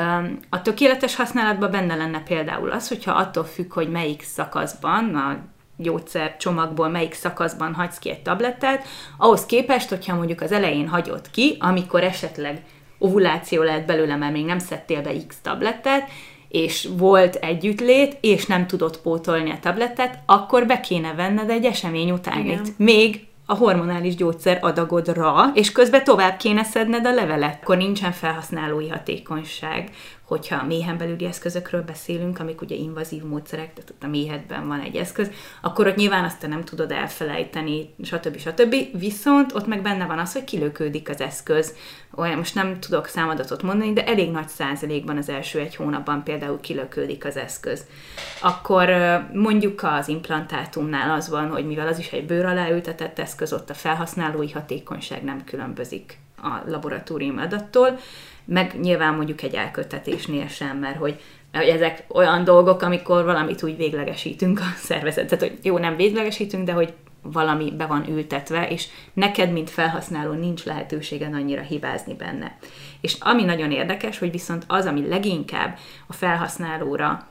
a tökéletes használatban benne lenne például az, hogyha attól függ, hogy melyik szakaszban, a gyógyszer csomagból melyik szakaszban hagysz ki egy tablettát, ahhoz képest, hogyha mondjuk az elején hagyod ki, amikor esetleg ovuláció lehet belőle, mert még nem szedtél be X tablettát, és volt együttlét, és nem tudod pótolni a tablettát, akkor be kéne venned egy esemény utánit. Még a hormonális gyógyszer adagodra, és közben tovább kéne szedned a levelet. Akkor nincsen felhasználói hatékonyság, hogyha méhen belüli eszközökről beszélünk, amik ugye invazív módszerek, tehát ott a méhedben van egy eszköz, akkor ott nyilván azt te nem tudod elfelejteni, stb. Viszont ott meg benne van az, hogy kilökődik az eszköz. Olyan, most nem tudok számadatot mondani, de elég nagy százalékban az első 1 hónapban például kilökődik az eszköz. Akkor mondjuk az implantátumnál az van, hogy mivel az is egy bőr alá ültetett eszköz, ott a felhasználói hatékonyság nem különbözik a laboratórium adattól, meg nyilván mondjuk egy elköttetésnél sem, mert hogy ezek olyan dolgok, amikor valamit úgy véglegesítünk a szervezetet, hogy jó, nem véglegesítünk, de hogy valami be van ültetve, és neked, mint felhasználó nincs lehetőséged annyira hibázni benne. És ami nagyon érdekes, hogy viszont az, ami leginkább a felhasználóra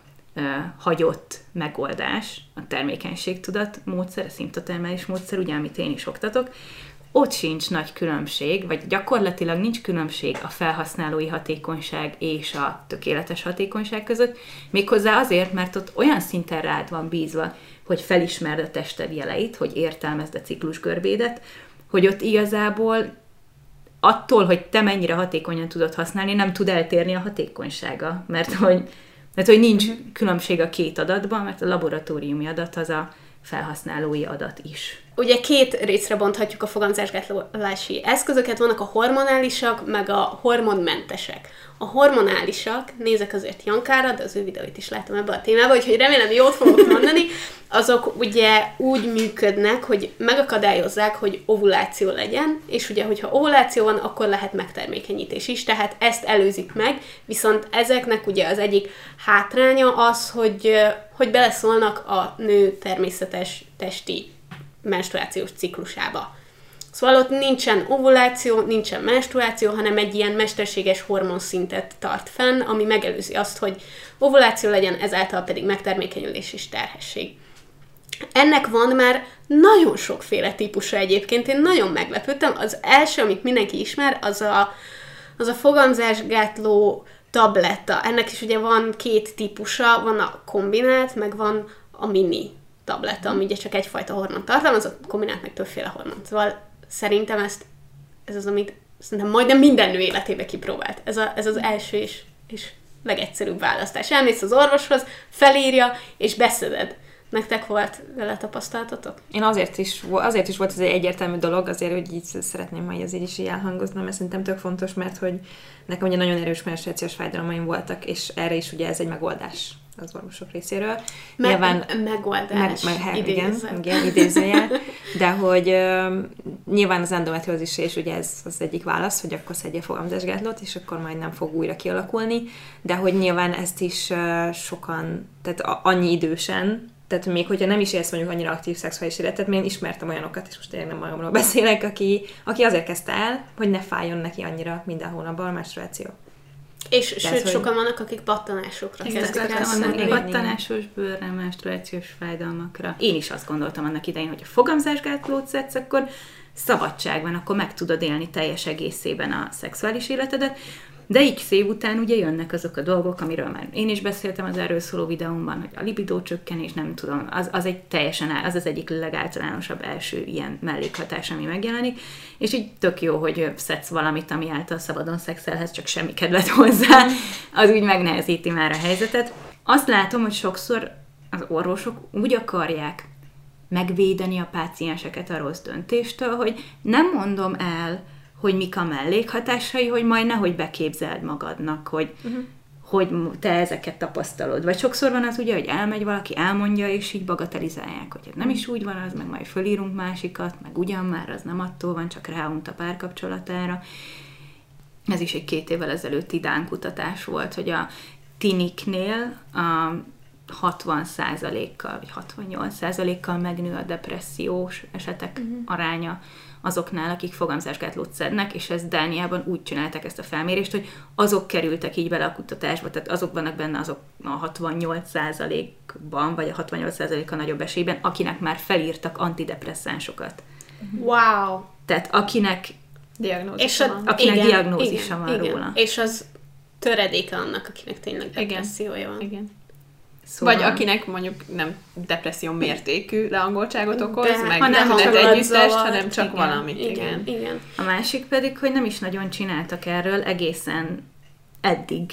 hagyott megoldás, a termékenységtudat módszer, a szimptomatermális módszer, ugye, amit én is oktatok, ott sincs nagy különbség, vagy gyakorlatilag nincs különbség a felhasználói hatékonyság és a tökéletes hatékonyság között, méghozzá azért, mert ott olyan szinten rád van bízva, hogy felismerd a tested jeleit, hogy értelmezd a ciklusgörbédet, hogy ott igazából attól, hogy te mennyire hatékonyan tudod használni, nem tud eltérni a hatékonysága, mert hogy nincs különbség a két adatban, mert a laboratóriumi adat az a felhasználói adat is. Ugye 2 részre bonthatjuk a fogamzásgátlási eszközöket, vannak a hormonálisak, meg a hormonmentesek. A hormonálisak, nézek azért Jankára, de az ő videóit is látom ebbe a témába, úgyhogy remélem jót fogok mondani, azok ugye úgy működnek, hogy megakadályozzák, hogy ovuláció legyen, és ugye, hogyha ovuláció van, akkor lehet megtermékenyítés is, tehát ezt előzik meg, viszont ezeknek ugye az egyik hátránya az, hogy beleszólnak a nő természetes testi menstruációs ciklusába. Szóval ott nincsen ovuláció, nincsen menstruáció, hanem egy ilyen mesterséges hormonszintet tart fenn, ami megelőzi azt, hogy ovuláció legyen, ezáltal pedig megtermékenyülés és terhesség. Ennek van már nagyon sokféle típusa egyébként, én nagyon meglepődtem. Az első, amit mindenki ismer, az a fogamzásgátló tabletta. Ennek is ugye van 2 típusa, van a kombinált, meg van a mini tabletta, ami ugye csak egyfajta hormon tartalmaz, a kombinált meg többféle hormon. Szóval szerintem ez az, amit szerintem majdnem minden nő életébe kipróbált. Ez az első és legegyszerűbb választás. Elmész az orvoshoz, felírja, és beszeded. Nektek volt vele tapasztaltatok? Én azért is volt ez egy egyértelmű dolog, azért, hogy így szeretném majd azért is így elhangoznom, mert szerintem tök fontos, mert hogy nekem ugye nagyon erős menstruációs fájdalmaim voltak, és erre is ugye ez egy megoldás az orvosok részéről. Megoldás. Igen, idézőjel. De hogy nyilván az endometriózis és ugye ez az egyik válasz, hogy akkor szedje fogamzásgátlót, és akkor majd nem fog újra kialakulni, de hogy nyilván ezt is sokan, tehát annyi idősen, tehát még hogyha nem is élsz mondjuk annyira aktív szexuális életet, mert én ismertem olyanokat, és most tényleg nem magamról beszélek, aki azért kezdte el, hogy ne fájjon neki annyira minden hónapban a menstruáció. És sőt, sokan vannak, akik pattanásokra kezdtek el szenvedni. Pattanásos bőrre, menstruációs fájdalmakra. Én is azt gondoltam annak idején, hogy a fogamzásgátlót szedsz, akkor szabadság van, akkor meg tudod élni teljes egészében a szexuális életedet, de X év után ugye jönnek azok a dolgok, amiről már én is beszéltem az erről szóló videómban, hogy a libidó csökkenés, nem tudom, az egy teljesen, az egyik legáltalánosabb első ilyen mellékhatás, ami megjelenik, és így tök jó, hogy szedsz valamit, ami által szabadon szexelhetsz, csak semmi kedved hozzá, az úgy megnehezíti már a helyzetet. Azt látom, hogy sokszor az orvosok úgy akarják megvédeni a pácienseket a rossz döntéstől, hogy nem mondom el, hogy mik a mellékhatásai, hogy majd nehogy beképzeld magadnak, hogy te ezeket tapasztalod. Vagy sokszor van az ugye, hogy elmegy valaki, elmondja, és így bagatelizálják, hogy nem is úgy van az, meg majd fölírunk másikat, meg ugyan már az nem attól van, csak ráunt a párkapcsolatára. Ez is egy 2 évvel ezelőtti dán kutatás volt, hogy a tiniknél a 60%-kal, vagy 68%-kal megnő a depressziós esetek aránya azoknál, akik fogamzásgátlót szednek, és ez Dániában úgy csinálták ezt a felmérést, hogy azok kerültek így bele a kutatásba, tehát azok vannak benne azok a 68%-ban, vagy a 68%-a nagyobb esélyben, akinek már felírtak antidepresszánsokat. Wow! Tehát akinek diagnózisa van. Akinek diagnózisa van róla. És az töredéke annak, akinek tényleg depressziója van. Igen. Szóval... Vagy akinek mondjuk nem depresszió mértékű leangoltságot okoz, meg hanem nem együttest, hanem csak igen, valamit. Igen. A másik pedig, hogy nem is nagyon csináltak erről egészen eddig,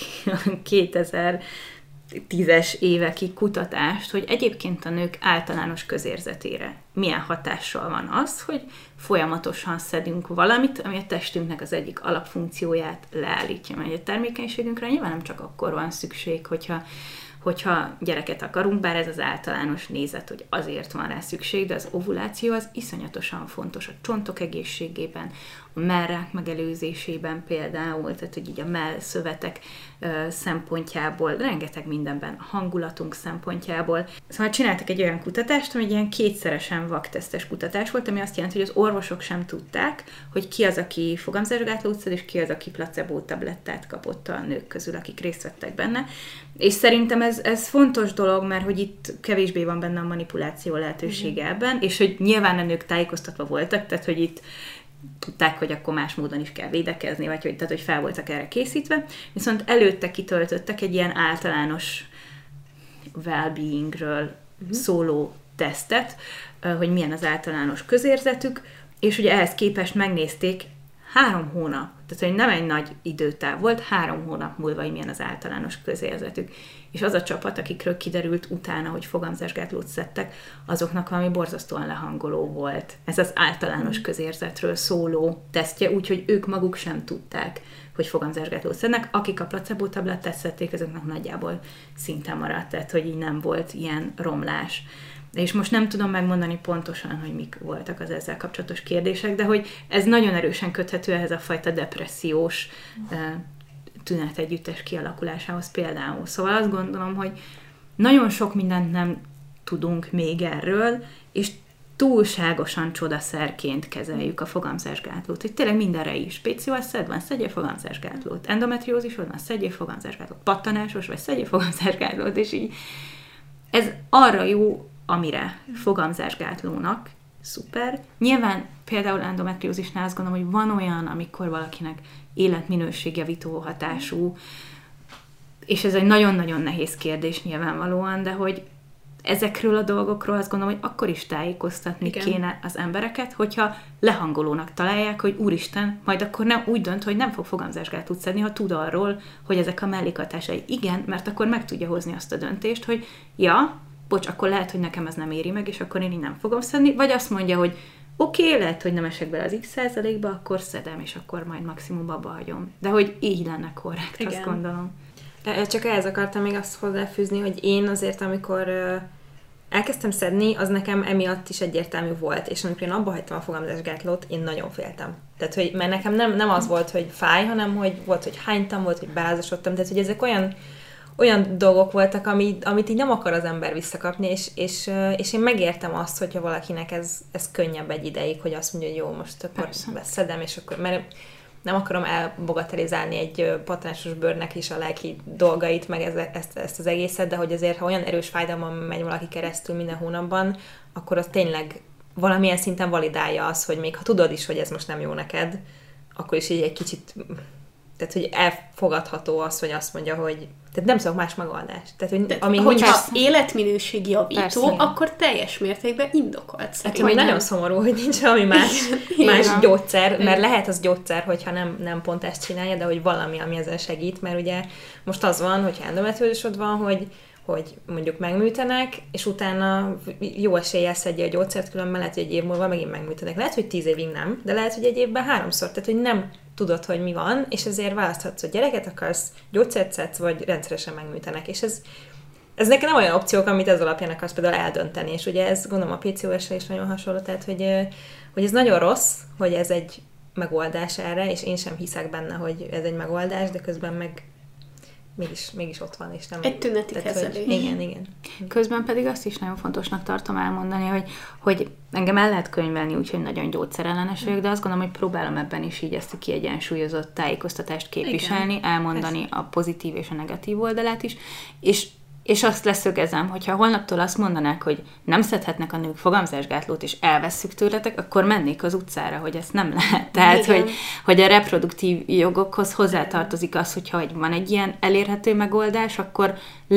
2010-es évekig kutatást, hogy egyébként a nők általános közérzetére milyen hatással van az, hogy folyamatosan szedünk valamit, ami a testünknek az egyik alapfunkcióját leállítja. Mert a termékenységünkre nyilván nem csak akkor van szükség, hogyha gyereket akarunk, bár ez az általános nézet, hogy azért van rá szükség, de az ovuláció az iszonyatosan fontos a csontok egészségében, a mellrák megelőzésében például, tehát hogy így a mellszövetek szempontjából, rengeteg mindenben, a hangulatunk szempontjából. Szóval csináltak egy olyan kutatást, ami egy ilyen 2-szeresen vaktesztes kutatás volt, ami azt jelenti, hogy az orvosok sem tudták, hogy ki az, aki fogamzásgátlót szed, és ki az, aki placebo tablettát kapott a nők közül, akik részt vettek benne. És szerintem ez fontos dolog, mert hogy itt kevésbé van benne a manipuláció lehetősége ebben, és hogy nyilván a nők tájékoztatva voltak, tehát hogy itt tudták, hogy akkor más módon is kell védekezni, vagy hogy fel voltak erre készítve, viszont előtte kitöltöttek egy ilyen általános well-beingről szóló tesztet, hogy milyen az általános közérzetük, és ugye ehhez képest megnézték 3 hónap, tehát hogy nem egy nagy időtáv volt, 3 hónap múlva, hogy milyen az általános közérzetük. És az a csapat, akikről kiderült utána, hogy fogamzásgátlót szedtek, azoknak valami borzasztóan lehangoló volt. Ez az általános közérzetről szóló tesztje, úgyhogy ők maguk sem tudták, hogy fogamzásgátlót szednek. Akik a placebo tablettát szedték, azoknak nagyjából szinten maradt, tehát hogy így nem volt ilyen romlás. És most nem tudom megmondani pontosan, hogy mik voltak az ezzel kapcsolatos kérdések, de hogy ez nagyon erősen köthető ehhez a fajta depressziós tünetegyüttes kialakulásához például. Szóval azt gondolom, hogy nagyon sok mindent nem tudunk még erről, és túlságosan csodaszerként kezeljük a fogamzásgátlót, hogy tényleg mindenre is. PCOS-ed van, szedjél fogamzásgátlót. Endometriózisod van, szedjél fogamzásgátlót. Pattanásos vagy, szedjél fogamzásgátlót, és így. Ez arra jó, amire fogamzásgátlónak szuper. Nyilván például endometriózisnál azt gondolom, hogy van olyan, amikor valakinek életminőségjavító hatású, és ez egy nagyon-nagyon nehéz kérdés nyilvánvalóan, de hogy ezekről a dolgokról azt gondolom, hogy akkor is tájékoztatni kéne az embereket, hogyha lehangolónak találják, hogy úristen, majd akkor nem úgy dönt, hogy nem fog fogamzásgátlót szedni, ha tud arról, hogy ezek a mellékhatásai. Igen, mert akkor meg tudja hozni azt a döntést, hogy ja, bocs, akkor lehet, hogy nekem ez nem éri meg, és akkor én így nem fogom szedni, vagy azt mondja, hogy oké, lehet, hogy nem esek bele az x%-ba, akkor szedem, és akkor majd maximum abba hagyom. De hogy így lenne korrekt, azt gondolom. Csak ehhez akartam még azt hozzáfűzni, hogy én azért, amikor elkezdtem szedni, az nekem emiatt is egyértelmű volt, és amikor én abba hagytam a fogamzásgátlót, én nagyon féltem. Tehát, hogy, mert nekem nem az volt, hogy fáj, hanem hogy volt, hogy hánytam, volt, hogy belázasodtam, tehát, hogy ezek olyan dolgok voltak, amit így nem akar az ember visszakapni, és én megértem azt, hogyha valakinek ez könnyebb egy ideig, hogy azt mondja, hogy jó, most akkor szedem, és akkor, mert nem akarom elbogatelizálni egy pattanásos bőrnek is a lelki dolgait, meg ezt az egészet, de hogy azért, ha olyan erős fájdalmon megy valaki keresztül minden hónapban, akkor az tényleg valamilyen szinten validálja az, hogy még ha tudod is, hogy ez most nem jó neked, akkor is így egy kicsit, tehát hogy elfogadható az, hogy azt mondja, hogy tehát nem szólok más megoldást. Tehát, hogy hogyha életminőség javító, persze, akkor teljes mértékben indokolt. Hát, nagyon szomorú, hogy nincs valami más gyógyszer, mert lehet az gyógyszer, hogyha nem pont ezt csinálja, de hogy valami, ami ezzel segít, mert ugye most az van, hogyha endometriózisod van, hogy mondjuk megműtenek, és utána jó eséllyel szedje a gyógyszert, különben lehet, hogy egy év múlva megint megműtenek. Lehet, hogy 10 évig nem, de lehet, hogy egy évben 3-szor. Tehát, hogy nem tudod, hogy mi van, és ezért választhatsz, hogy gyereket akarsz, gyógyszert szedsz, vagy rendszeresen megműtenek. És ez nekem nem olyan opciók, amit ez alapján akarsz például eldönteni. És ugye ez gondolom a PCOS-re is nagyon hasonló, tehát, hogy ez nagyon rossz, hogy ez egy megoldás erre, és én sem hiszek benne, hogy ez egy megoldás, de közben meg mégis ott van, és nem... Egy tüneti kezelés. Igen. Közben pedig azt is nagyon fontosnak tartom elmondani, hogy engem el lehet könyvelni, úgyhogy nagyon gyógyszerellenes vagyok, de azt gondolom, hogy próbálom ebben is így ezt a kiegyensúlyozott tájékoztatást képviselni, igen, elmondani persze a pozitív és a negatív oldalát is, és azt leszögezem, hogyha holnaptól azt mondanák, hogy nem szedhetnek a nők fogamzásgátlót, és elvesszük tőletek, akkor mennék az utcára, hogy ezt nem lehet. Tehát, hogy a reproduktív jogokhoz hozzátartozik az, hogyha van egy ilyen elérhető megoldás, akkor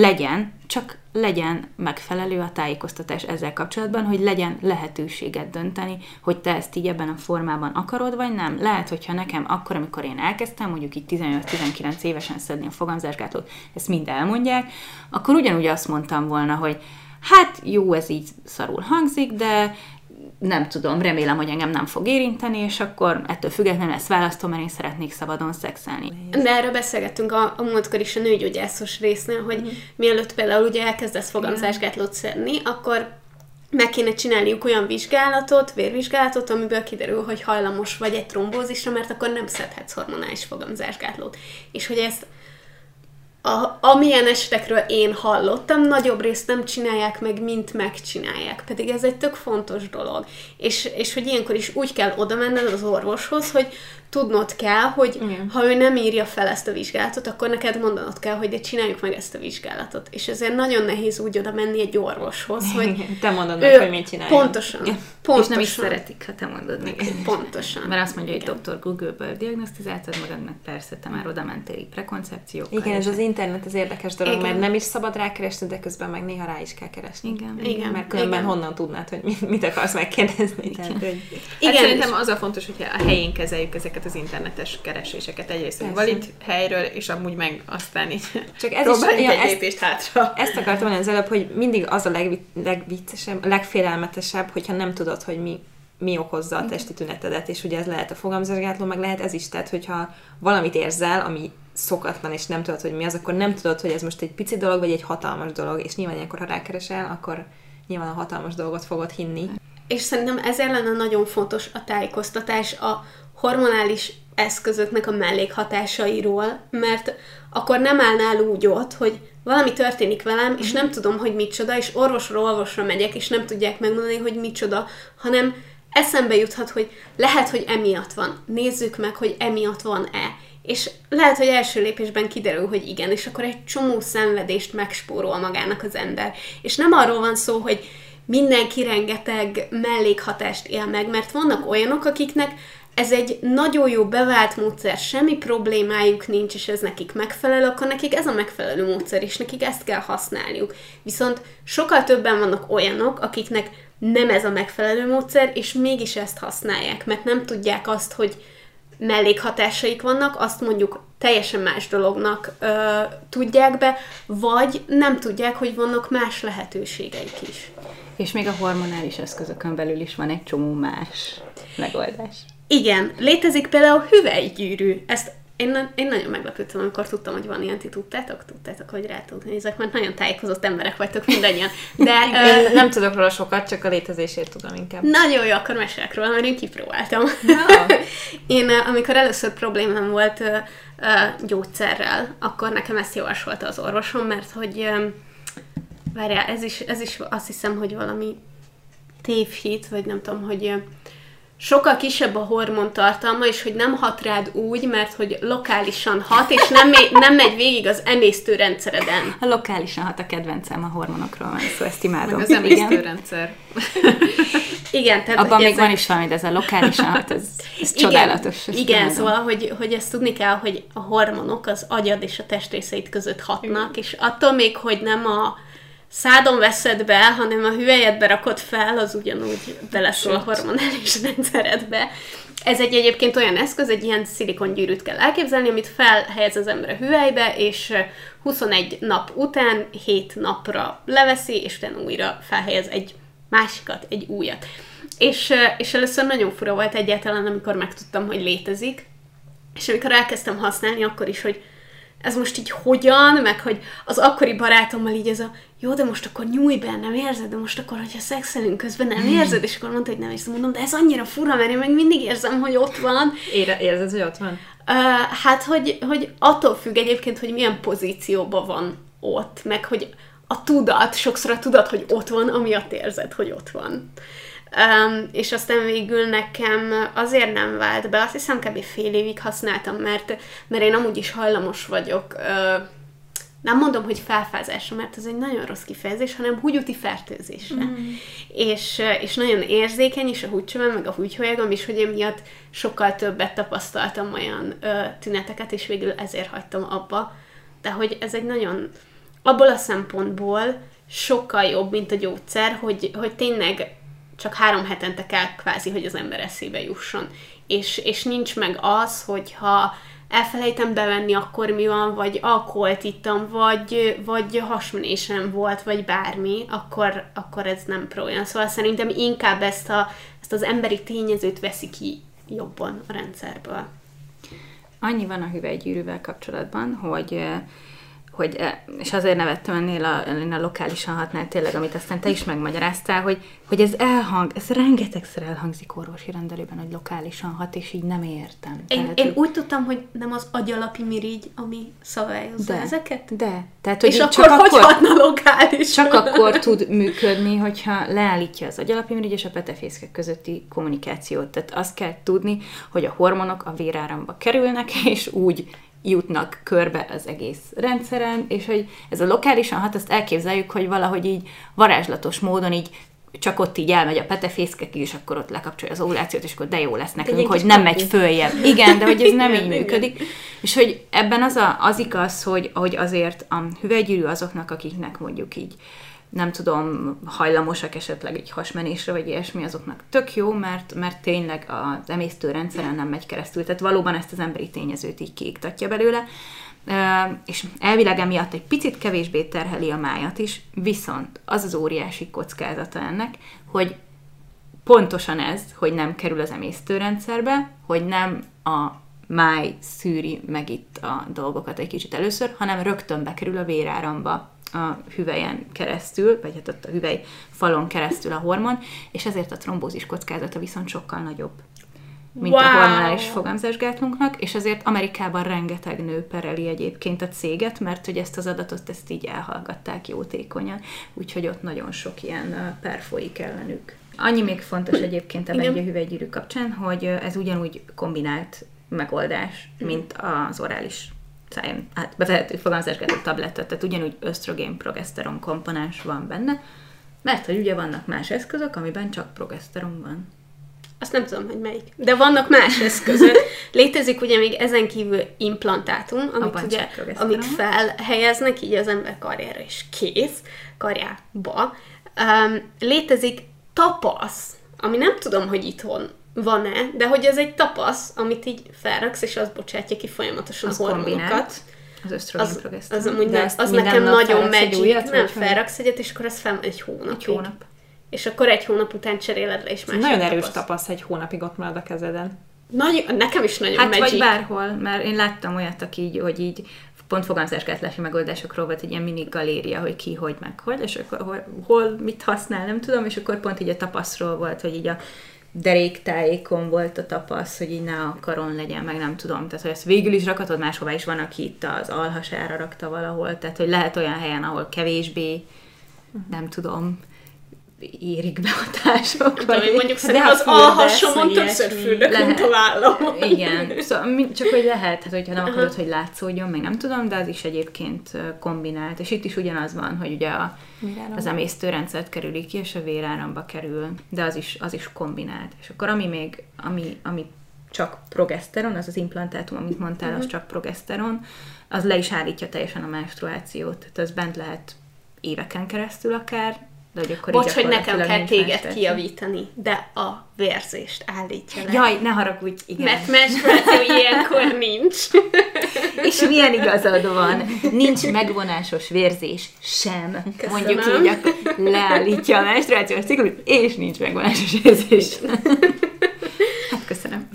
csak legyen megfelelő a tájékoztatás ezzel kapcsolatban, hogy legyen lehetőséged dönteni, hogy te ezt így ebben a formában akarod, vagy nem. Lehet, hogyha nekem akkor, amikor én elkezdtem, mondjuk így 18-19 évesen szedni a fogamzásgátlót, ezt mind elmondják, akkor ugyanúgy azt mondtam volna, hogy hát jó, ez így szarul hangzik, de nem tudom, remélem, hogy engem nem fog érinteni, és akkor ettől függetlenül ezt választom, mert én szeretnék szabadon szexelni. De erről beszélgettünk a múltkor is a nőgyógyászos résznél, hogy mielőtt például ugye elkezdesz fogamzásgátlót szedni, akkor meg kéne csinálniuk olyan vizsgálatot, vérvizsgálatot, amiből kiderül, hogy hajlamos vagy egy trombózisra, mert akkor nem szedhetsz hormonális fogamzásgátlót. És hogy ezt amilyen esetekről én hallottam, nagyobb részt nem csinálják meg, mint megcsinálják. Pedig ez egy tök fontos dolog. És hogy ilyenkor is úgy kell oda menned az orvoshoz, hogy tudnod kell, hogy igen, ha ő nem írja fel ezt a vizsgálatot, akkor neked mondanod kell, hogy de csináljuk meg ezt a vizsgálatot. És ezért nagyon nehéz úgy oda menni egy orvoshoz, hogy te mondod meg, hogy mit csináljon. Pontosan. És nem is szeretik, ha te mondod neki. Pontosan. Mert azt mondja, hogy Dr. Google-ből diagnosztizáltad magadnak, persze, te már oda mentél prekoncepciókkal. Igen, ez az internet az érdekes dolog, igen, mert nem is szabad rákeresni, de közben meg néha rá is kell keresni. Igen. Mert különben honnan tudnád, hogy mit akarsz megkérdezni. Igen. Hát szerintem az a fontos, hogy a helyén kezeljük ezeket az internetes kereséseket. Egyrészt, hogy valid helyről, és amúgy meg aztán így csak ez próbáljuk egy lépést hátra. Ezt akartam mondani az előbb, hogy mindig az a legviccesebb, a legfélelmetesebb, hogyha nem tudod, hogy mi okozza a testi tünetedet, és ugye ez lehet a fogamzásgátló, meg lehet ez is, tehát hogyha valamit érzel, ami szokatlan, és nem tudod, hogy mi az, akkor nem tudod, hogy ez most egy pici dolog, vagy egy hatalmas dolog, és nyilván ilyenkor, ha rákeresel, akkor nyilván a hatalmas dolgot fogod hinni. És szerintem ezért lenne nagyon fontos a tájékoztatás a hormonális eszközöknek a mellékhatásairól, mert akkor nem állnál úgy ott, hogy valami történik velem, és nem tudom, hogy micsoda, és orvosról orvosra megyek, és nem tudják megmondani, hogy micsoda, hanem eszembe juthat, hogy lehet, hogy emiatt van. Nézzük meg, hogy emiatt van-e. És lehet, hogy első lépésben kiderül, hogy igen, és akkor egy csomó szenvedést megspórol magának az ember. És nem arról van szó, hogy mindenki rengeteg mellékhatást él meg, mert vannak olyanok, akiknek ez egy nagyon jó bevált módszer, semmi problémájuk nincs, és ez nekik megfelelő, akkor nekik ez a megfelelő módszer, és nekik ezt kell használniuk. Viszont sokkal többen vannak olyanok, akiknek nem ez a megfelelő módszer, és mégis ezt használják, mert nem tudják azt, hogy mellékhatásaik vannak, azt mondjuk teljesen más dolognak tudják be, vagy nem tudják, hogy vannak más lehetőségeik is. És még a hormonális eszközökön belül is van egy csomó más megoldás. Igen, létezik például hüvelygyűrű. Ezt én nagyon meglepődtem, amikor tudtam, hogy van ilyen. Ti tudtátok, hogy rátok nézek, mert nagyon tájékozott emberek vagytok mindannyian. De én nem tudok róla sokat, csak a létezését tudom inkább. Nagyon jó, akkor mesélek róla, mert én kipróbáltam. Én, amikor először problémám volt gyógyszerrel, akkor nekem ezt javasolta az orvosom, mert hogy várjál, ez is azt hiszem, hogy valami tévhit, vagy nem tudom, hogy sokkal kisebb a hormontartalma, és hogy nem hat rád úgy, mert hogy lokálisan hat, és nem megy végig az emésztőrendszereden. A lokálisan hat a kedvencem, a hormonokról van szó, ezt imádom. Meg az emésztőrendszer. Igen, tehát abban még van is valami, de ez a lokálisan, hát ez csodálatos. Igen, szóval, hogy ezt tudni kell, hogy a hormonok az agyad és a testrészeit között hatnak, és attól még, hogy nem a szádon veszed be, hanem a hüvelyedbe rakod fel, az ugyanúgy beleszól a hormonális rendszeredbe. Ez egyébként olyan eszköz, egy ilyen szilikongyűrűt kell elképzelni, amit felhelyez az ember a hüvelybe, és 21 nap után 7 napra leveszi, és utána újra felhelyez egy másikat, egy újat. És először nagyon fura volt egyáltalán, amikor megtudtam, hogy létezik, és amikor elkezdtem használni, akkor is, hogy ez most így hogyan, meg hogy az akkori barátommal így ez a jó, de most akkor nyújj be, nem érzed, de most akkor, hogyha szexelünk közben nem érzed, és akkor mondta, hogy nem, és mondom, de ez annyira fura, mert én meg mindig érzem, hogy ott van. Érzed, hogy ott van? Hát, hogy attól függ egyébként, hogy milyen pozícióban van ott, meg hogy a tudat, sokszor a tudat, hogy ott van, amiatt érzed, hogy ott van. És aztán végül nekem azért nem vált be, azt hiszem kb. Fél évig használtam, mert én amúgy is hajlamos vagyok, nem mondom, hogy felfázásra, mert ez egy nagyon rossz kifejezés, hanem húgyúti fertőzésre. És nagyon érzékeny, és a húgycsövem, meg a húgyholyagom is, hogy emiatt sokkal többet tapasztaltam olyan tüneteket, és végül ezért hagytam abba. De hogy ez egy nagyon, abból a szempontból sokkal jobb, mint a gyógyszer, hogy tényleg csak 3 hetente kell kvázi, hogy az ember eszébe jusson. És nincs meg az, hogyha elfelejtem bevenni, akkor mi van, vagy alkoholt ittam, vagy hasmenésem volt, vagy bármi, akkor ez nem olyan. Szóval szerintem inkább ezt az emberi tényezőt veszi ki jobban a rendszerből. Annyi van a hüvelygyűrűvel kapcsolatban, hogy és azért nevettem ennél a lokálisan hatnál tényleg, amit aztán te is megmagyaráztál, hogy ez rengetegszer elhangzik orvosi rendelőben, hogy lokálisan hat, és így nem értem. Én úgy tudtam, hogy nem az agyalapi mirigy, ami szabályozza ezeket? Tehát, hogy és akkor hogy hatna lokálisan? Csak akkor tud működni, hogyha leállítja az agyalapi mirigy és a petefészkek közötti kommunikációt. Tehát azt kell tudni, hogy a hormonok a véráramba kerülnek, és úgy jutnak körbe az egész rendszeren, és hogy ez a lokálisan hat, azt elképzeljük, hogy valahogy így varázslatos módon így csak ott így elmegy a petefészkekig, és akkor ott lekapcsolja az ovulációt, és akkor de jó lesz nekünk, hogy nem megy följebb. Igen, de hogy ez nem így működik. És hogy ebben az igaz, hogy azért a hüvelygyűrű azoknak, akiknek mondjuk így nem tudom, hajlamosak esetleg egy hasmenésre, vagy ilyesmi, azoknak tök jó, mert tényleg az emésztőrendszeren nem megy keresztül. Tehát valóban ezt az emberi tényezőt így kiiktatja belőle, és elvileg emiatt egy picit kevésbé terheli a májat is, viszont az az óriási kockázata ennek, hogy pontosan ez, hogy nem kerül az emésztőrendszerbe, hogy nem a máj szűri meg itt a dolgokat egy kicsit először, hanem rögtön bekerül a véráramba a hüvelyen keresztül, vagy hát ott a hüvely falon keresztül a hormon, és ezért a trombózis kockázata viszont sokkal nagyobb, mint a hormonális fogamzásgátlunknak, és ezért Amerikában rengeteg nő pereli egyébként a céget, mert hogy ezt az adatot ezt így elhallgatták jótékonyan, úgyhogy ott nagyon sok ilyen per folyik ellenük. Annyi még fontos egyébként ebben a hüvelygyűrű kapcsán, hogy ez ugyanúgy kombinált megoldás, mint az orális szájon bevehető fogamzásgátó tablettet, tehát ugyanúgy ösztrogén, progeszteron komponens van benne, mert hogy ugye vannak más eszközök, amiben csak progeszteron van. Azt nem tudom, hogy melyik. De vannak más eszközök. Létezik ugye még ezen kívül implantátum, amit felhelyeznek így az ember karjára, és kész, karjába. Létezik tapasz, ami nem tudom, hogy itthon van-e, de hogy ez egy tapasz, amit így felraksz, és az bocsátja ki folyamatosan az a hormonokat. Az ösztrogén progeszteron. Az nekem nagyon megy. Nem, felraksz egyet, és akkor az fel egy hónap. És akkor 1 hónap után cseréled le, és másik nagyon erős tapasz, 1 hónapig ott marad a kezeden. Nekem is nagyon magic. Hát vagy bárhol, mert én láttam olyat, hogy így pont fogamzásgátlási megoldásokról volt egy ilyen mini galéria, hogy ki, hogy, meg hogy, és akkor hol mit használ, nem tudom, és akkor pont így a tapaszról volt, hogy így a deréktájékon volt a tapasz, hogy így ne a karon legyen, meg nem tudom. Tehát, hogy ezt végül is rakatod máshová is, van, aki itt az alhasára rakta valahol, tehát, hogy lehet olyan helyen, ahol kevésbé, nem tudom, érik be hatások. Vagy mondjuk szerintem az alhasomon többször fürdök, mint a vállam. Igen, szóval csak hogy lehet, hát hogyha nem akarod, hogy látszódjon, meg nem tudom, de az is egyébként kombinált. És itt is ugyanaz van, hogy ugye az emésztőrendszert kerüli ki, és a véráramba kerül, de az is kombinált. És akkor ami csak progeszteron, az implantátum, amit mondtál, az csak progeszteron, az le is állítja teljesen a menstruációt. Tehát az bent lehet éveken keresztül akár, de hogy akkor bocs, hogy nekem kell téged kijavítani, de a vérzést állítja le. Jaj, ne haragudj, igen. Mert menstruáció ilyenkor nincs. És milyen igazad van? Nincs megvonásos vérzés sem. Köszönöm. Mondjuk így, akkor leállítja a menstruációs ciklus, és nincs megvonásos vérzés. Hát köszönöm.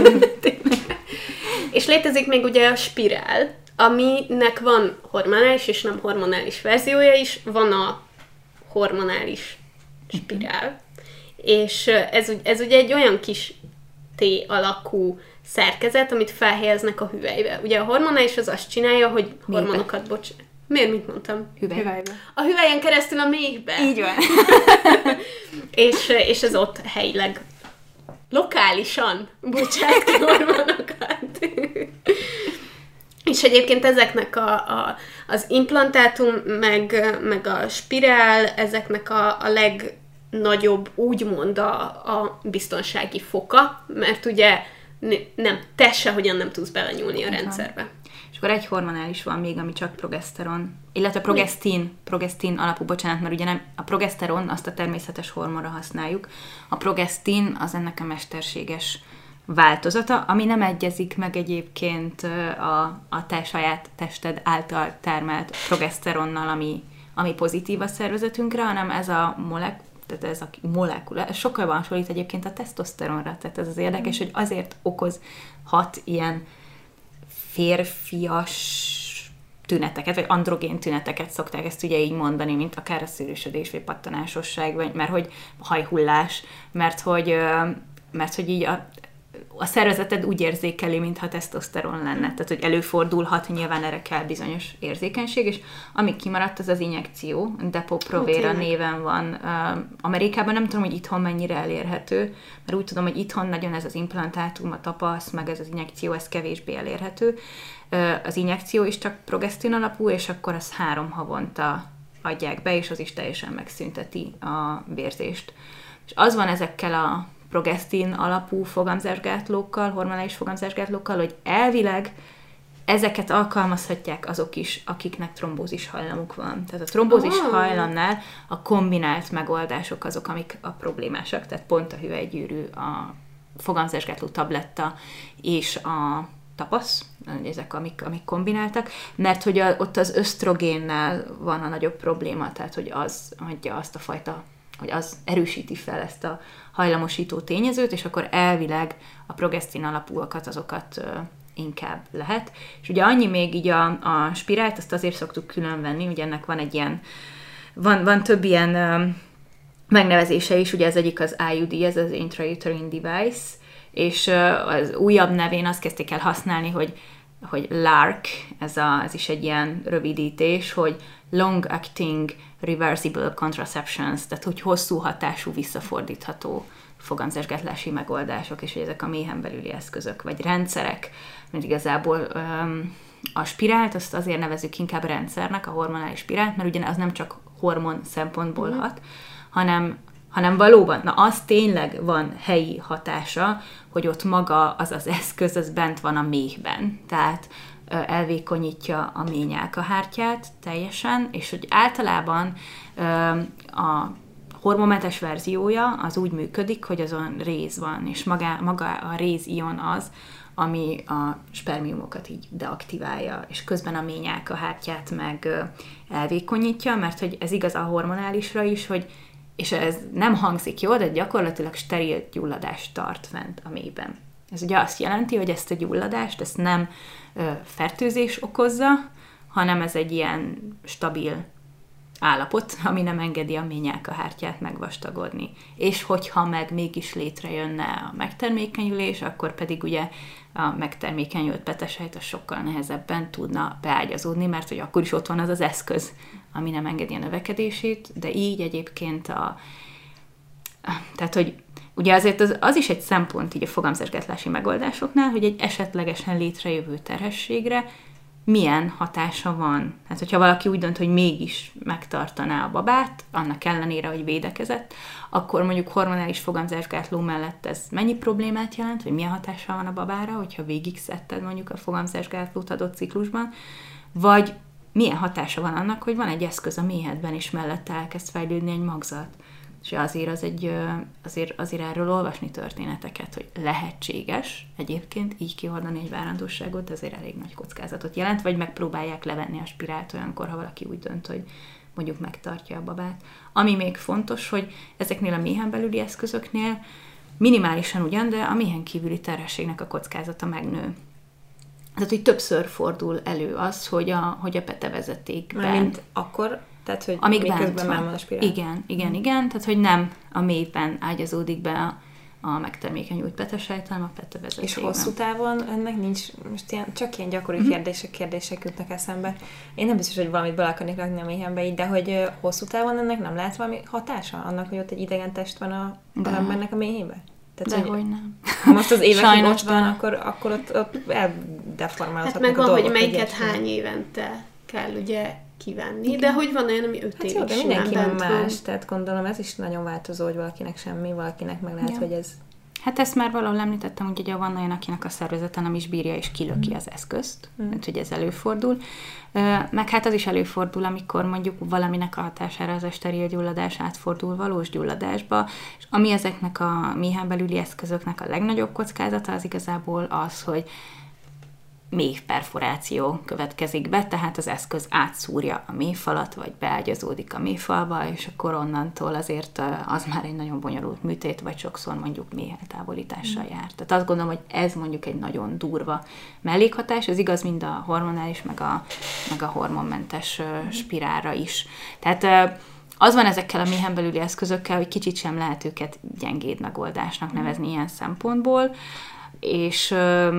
És létezik még ugye a spirál, aminek van hormonális és nem hormonális verziója is, van a hormonális spirál. És ez ugye egy olyan kis T-alakú szerkezet, amit felhelyeznek a hüvelybe. Ugye a hormonális az azt csinálja, hogy hormonokat Miért, mit mondtam? Hüvelybe. A hüvelyen keresztül a méhbe. Így van. és ez ott helyileg lokálisan bocsát ki hormonokat. És egyébként ezeknek az implantátum, meg a spirál, ezeknek a legnagyobb, úgymond a biztonsági foka, mert ugye te sehogyan nem tudsz belenyúlni a rendszerbe. És akkor egy hormonális van még, ami csak progeszteron, illetve progesztin alapú, bocsánat, mert ugye nem, a progeszteron azt a természetes hormonra használjuk, a progesztin az ennek a mesterséges változata, ami nem egyezik meg egyébként a te saját tested által termelt progeszteronnal, ami pozitív a szervezetünkre, hanem ez a molekula, ez sokkal hasonlít egyébként a tesztoszteronra, tehát ez az érdekes, hogy azért okozhat ilyen férfias tüneteket, vagy androgén tüneteket szokták ezt ugye így mondani, mint akár a szőrösödés, vagy pattanásosság, vagy mert hogy hajhullás, mert hogy így a szervezeted úgy érzékeli, mintha tesztoszteron lenne. Tehát, hogy előfordulhat, nyilván erre kell bizonyos érzékenység, és ami kimaradt, az injekció, Depo-Provera néven van. Amerikában nem tudom, hogy itthon mennyire elérhető, mert úgy tudom, hogy itthon nagyon ez az implantátum, a tapasz, meg ez az injekció, ez kevésbé elérhető. Az injekció is csak progesztin alapú, és akkor azt 3 havonta adják be, és az is teljesen megszünteti a vérzést. És az van ezekkel a progesztin alapú fogamzásgátlókkal, hormonális fogamzásgátlókkal, hogy elvileg ezeket alkalmazhatják azok is, akiknek trombózis hajlamuk van. Tehát a trombózis hajlamnál a kombinált megoldások azok, amik a problémásak, tehát pont a hüvelygyűrű, a fogamzásgátló tabletta és a tapasz, ezek, amik kombináltak, mert hogy ott az ösztrogénnel van a nagyobb probléma, tehát hogy az adja azt a fajta, hogy az erősíti fel ezt a hajlamosító tényezőt, és akkor elvileg a progesztin alapúakat, azokat inkább lehet. És ugye annyi még így a spirált, azt azért szoktuk külön venni, ugye ennek van egy ilyen, van több ilyen megnevezése is, ugye ez egyik az IUD, ez az Intrauterine Device, és az újabb nevén azt kezdték el használni, hogy LARC, ez is egy ilyen rövidítés, hogy Long Acting Reversible Contraceptions, tehát hogy hosszú hatású, visszafordítható fogamzásgátlási megoldások, és hogy ezek a méhen belüli eszközök, vagy rendszerek, mert igazából a spirált, azt azért nevezzük inkább rendszernek, a hormonális spirált, mert ugye az nem csak hormon szempontból hat, hanem valóban, az tényleg van helyi hatása, hogy ott maga az eszköz, az bent van a méhben. Tehát elvékonyítja a méhnyálkahártyát teljesen, és hogy általában a hormonmentes verziója az úgy működik, hogy azon réz van, és maga a rézion az, ami a spermiumokat így deaktiválja, és közben a méhnyálkahártyát meg elvékonyítja, mert hogy ez igaz a hormonálisra is, hogy és ez nem hangzik jól, de gyakorlatilag steril gyulladást tart fent a méhben. Ez ugye azt jelenti, hogy ezt a gyulladást, ezt nem fertőzés okozza, hanem ez egy ilyen stabil állapot, ami nem engedi a méhnyálkahártyát megvastagodni. És hogyha meg mégis létrejönne a megtermékenyülés, akkor pedig ugye a megtermékenyült petesejt az sokkal nehezebben tudna beágyazódni, mert hogy akkor is ott van az az eszköz, ami nem engedi a növekedését, de így egyébként tehát, hogy ugye azért az is egy szempont így a fogamzásgátlási megoldásoknál, hogy egy esetlegesen létrejövő terhességre milyen hatása van. Hát, hogyha valaki úgy dönt, hogy mégis megtartaná a babát, annak ellenére, hogy védekezett, akkor mondjuk hormonális fogamzásgátló mellett ez mennyi problémát jelent, vagy milyen hatása van a babára, hogyha végig szedted mondjuk a fogamzásgátlót adott ciklusban, vagy milyen hatása van annak, hogy van egy eszköz a méhedben, és mellette elkezd fejlődni egy magzat. És azért erről olvasni történeteket, hogy lehetséges egyébként így kihordani egy várandóságot, de azért elég nagy kockázatot jelent, vagy megpróbálják levenni a spirált olyankor, ha valaki úgy dönt, hogy mondjuk megtartja a babát. Ami még fontos, hogy ezeknél a méhen belüli eszközöknél minimálisan ugyan, de a méhen kívüli terhességnek a kockázata megnő. Tehát, hogy többször fordul elő az, hogy a petevezetékben... Mint akkor... Tehát, hogy amíg miközben van. már van a spirál. Igen. Tehát, hogy nem a méhben ágyazódik be a megtermékenyült petesejt, hanem a petevezetékben. És hosszú távon ennek nincs, most csak ilyen gyakori kérdések jutnak eszembe. Én nem biztos, hogy valamit bele akarnék rakni a méhembe így, de hogy hosszú távon ennek nem lehet valami hatása? Annak, hogy ott egy idegen test van az embernek a méhébe? Dehogy nem. Ha most az évekig ott van, akkor ott eldeformálódhatnak hát meg a van, dolgok. hogy melyiket hány évente kell ugye kivenni, de hogy van olyan, ami 5 évig jó, de mindenki bent más, van. tehát gondolom ez is nagyon változó, hogy valakinek semmi, valakinek meg lehet, hogy ez... Hát ezt már valahol említettem, hogy ugye van olyan, akinek a szervezete nem is bírja, és kilöki az eszközt, mert hogy ez előfordul. Meg hát az is előfordul, amikor mondjuk valaminek a hatására az a steril gyulladás átfordul valós gyulladásba, és ami ezeknek a méhen belüli eszközöknek a legnagyobb kockázata, az igazából az, hogy méhperforáció következik be, tehát az eszköz átszúrja a méhfalat, vagy beágyazódik a méhfalba, és akkor onnantól azért az már egy nagyon bonyolult műtét, vagy sokszor mondjuk méheltávolítással jár. Tehát azt gondolom, hogy ez mondjuk egy nagyon durva mellékhatás, ez igaz mind a hormonális, meg a hormonmentes spirálra is. Tehát az van ezekkel a méhen belüli eszközökkel, hogy kicsit sem lehet őket gyengéd megoldásnak nevezni ilyen szempontból, és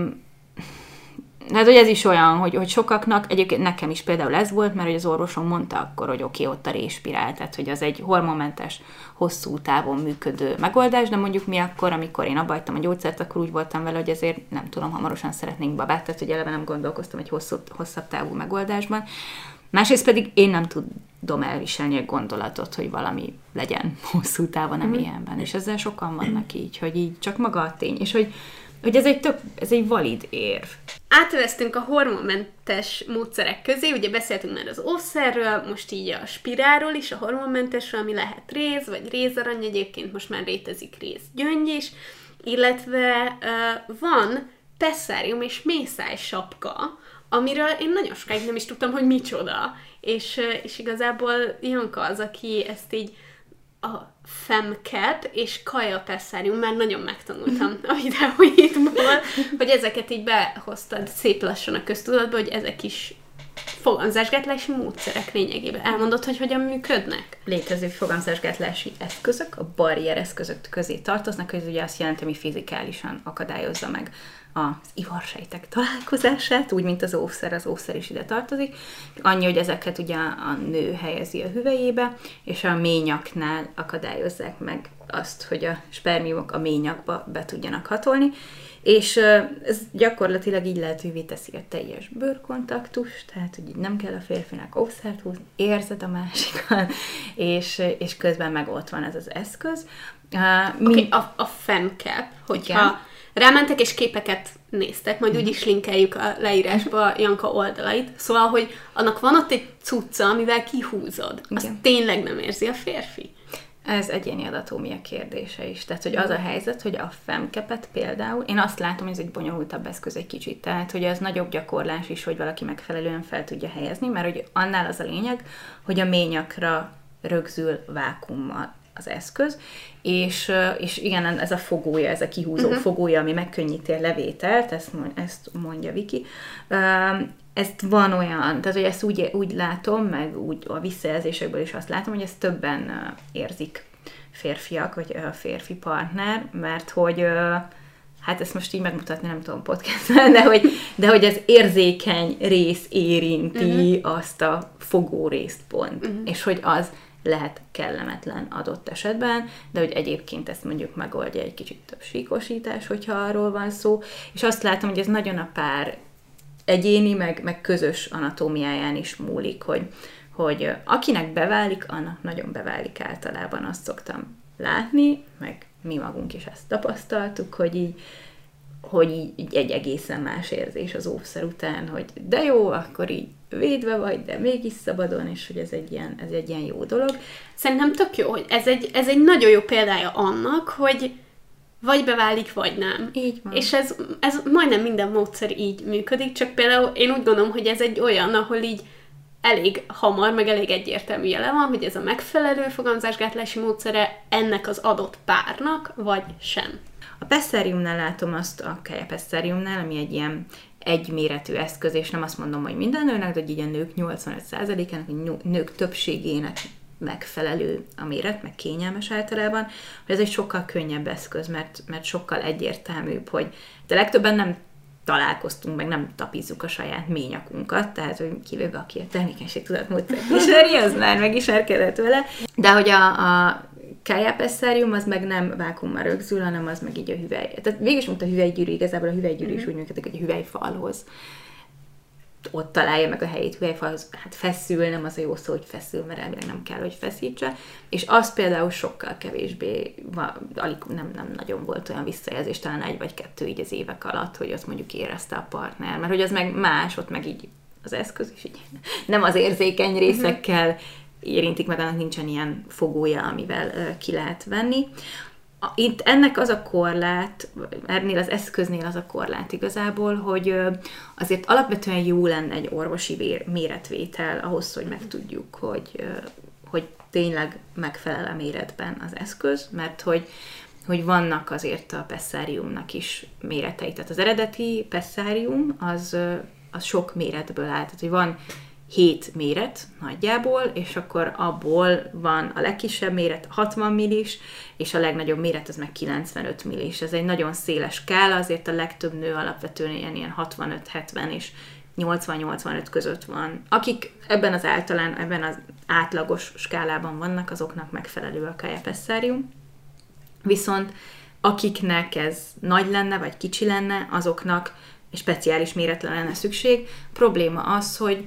hát, hogy ez is olyan, hogy sokaknak, egyébként nekem is például ez volt, mert hogy az orvosom mondta akkor, hogy oké, ott a réspirál, tehát hogy az egy hormonmentes, hosszú távon működő megoldás, de mondjuk mi akkor, amikor én abbajtam a gyógyszert, akkor úgy voltam vele, hogy ezért nem tudom, hamarosan szeretnénk babát, tehát hogy eleve nem gondolkoztam egy hosszabb távú megoldásban. Másrészt pedig én nem tudom elviselni a gondolatot, hogy valami legyen hosszú távon a méhenben, és ezzel sokan vannak így, hogy így csak maga a tény, és hogy ez egy valid érv. Átveztünk a hormonmentes módszerek közé, ugye beszéltünk már az óvszerről, most így a spirálról is, a hormonmentesről, ami lehet réz, vagy rézarany, egyébként most már létezik rézgyöngy is, illetve van pesszárium és mészáj sapka, amiről én nagyon sokáig nem is tudtam, hogy micsoda. És igazából Janka az, aki ezt így a femcap és kaja pesszárium, már nagyon megtanultam a videóidból, hogy ezeket így behoztad szép lassan a köztudatba, hogy ezek is fogamzásgátlási módszerek lényegében. Elmondod, hogy hogyan működnek? Létező fogamzásgátlási eszközök a barrier eszközök közé tartoznak, ez ugye azt jelenti, hogy fizikálisan akadályozza meg az ivarsejtek találkozását, úgy, mint az óvszer is ide tartozik. Annyi, hogy ezeket ugye a nő helyezi a hüvelyébe, és a méhnyaknál akadályozzák meg azt, hogy a spermiumok a méhnyakba be tudjanak hatolni, és ez gyakorlatilag így lehetővé teszi a teljes bőrkontaktust, tehát hogy így nem kell a férfinak óvszert húzni, érzed a másikat, és közben meg ott van ez az eszköz. Oké, a femcap, hogyha rámentek és képeket néztek, majd úgyis linkeljük a leírásba Janka oldalait, szóval, hogy annak van ott egy cucca, amivel kihúzod. Azt tényleg nem érzi a férfi. Ez egyéni anatómia kérdése is. Tehát, hogy az a helyzet, hogy a femcapet például, én azt látom, hogy ez egy bonyolultabb eszköz egy kicsit. Tehát, hogy az nagyobb gyakorlás is, hogy valaki megfelelően fel tudja helyezni, mert hogy annál az a lényeg, hogy a méhnyakra rögzül vákuummal az eszköz, és igen, ez a fogója, ez a kihúzó fogója, ami megkönnyíti a levételt, ezt mondja Viki. ezt van olyan, tehát hogy ezt úgy látom, meg úgy a visszajelzésekből is azt látom, hogy ezt többen érzik férfiak, vagy a férfi partner, mert hogy hát ezt most így megmutatni nem tudom podcastben, de hogy az érzékeny rész érinti azt a fogó részt pont, és hogy az lehet kellemetlen adott esetben, de hogy egyébként ezt mondjuk megoldja egy kicsit több síkosítás, hogyha arról van szó, és azt látom, hogy ez nagyon a pár egyéni, meg közös anatómiáján is múlik, hogy akinek beválik, annak nagyon beválik általában, azt szoktam látni, meg mi magunk is ezt tapasztaltuk, hogy így egy egészen más érzés az óvszer után, hogy de jó, akkor így védve vagy, de mégis szabadon, és hogy ez egy ilyen jó dolog. Szerintem tök jó, hogy ez egy nagyon jó példája annak, hogy vagy beválik, vagy nem. Így van. És ez majdnem minden módszer így működik, csak például én úgy gondolom, hogy ez egy olyan, ahol így elég hamar, meg elég egyértelmű jele van, hogy ez a megfelelő fogamzásgátlási módszere ennek az adott párnak, vagy sem. A Pessariumnál látom azt, a Kaja Pessariumnál, ami egy ilyen egyméretű eszköz, és nem azt mondom, hogy minden nőnek, de így a nők 85%-ának, a nők többségének megfelelő a méret, meg kényelmes általában, hogy ez egy sokkal könnyebb eszköz, mert sokkal egyértelműbb, hogy de legtöbben nem találkoztunk, meg nem tapizzuk a saját ményakunkat, tehát hogy kivéve aki a tevékenységtudatmódszert ismeri, az már megismerkedett vele, de hogy a Kaja Pessarium az meg nem vákuummal rögzül, hanem az meg így a hüvely. Tehát végülis, mint a hüvelygyűrű, igazából a hüvelygyűrű is úgy működik, hogy a hüvelyfalhoz ott találja meg a helyét, hüvelyfalhoz, hát feszül, nem az a jó szó, hogy feszül, mert elvileg nem kell, hogy feszítse, és az például sokkal kevésbé, nem nagyon volt olyan visszajelzés, talán 1 vagy 2 így az évek alatt, hogy azt mondjuk érezte a partner, mert hogy az meg más, ott meg így az eszköz is így nem az érzékeny részekkel érintik meg, annak nincsen ilyen fogója, amivel ki lehet venni. Itt ennek az a korlát, ennél az eszköznél az a korlát igazából, hogy azért alapvetően jó lenne egy orvosi méretvétel ahhoz, hogy megtudjuk, hogy tényleg megfelel a méretben az eszköz, mert hogy vannak azért a Pessariumnak is méretei. Tehát az eredeti Pessarium az sok méretből áll. Tehát, hogy van 7 méret nagyjából, és akkor abból van a legkisebb méret 60 millis, és a legnagyobb méret az meg 95 millis. Ez egy nagyon széles skála, azért a legtöbb nő alapvetően ilyen 65-70 és 80-85 között van. Akik ebben az átlagos skálában vannak, azoknak megfelelő a Kaja Pessarium. Viszont akiknek ez nagy lenne, vagy kicsi lenne, azoknak egy speciális méretre lenne szükség. Probléma az, hogy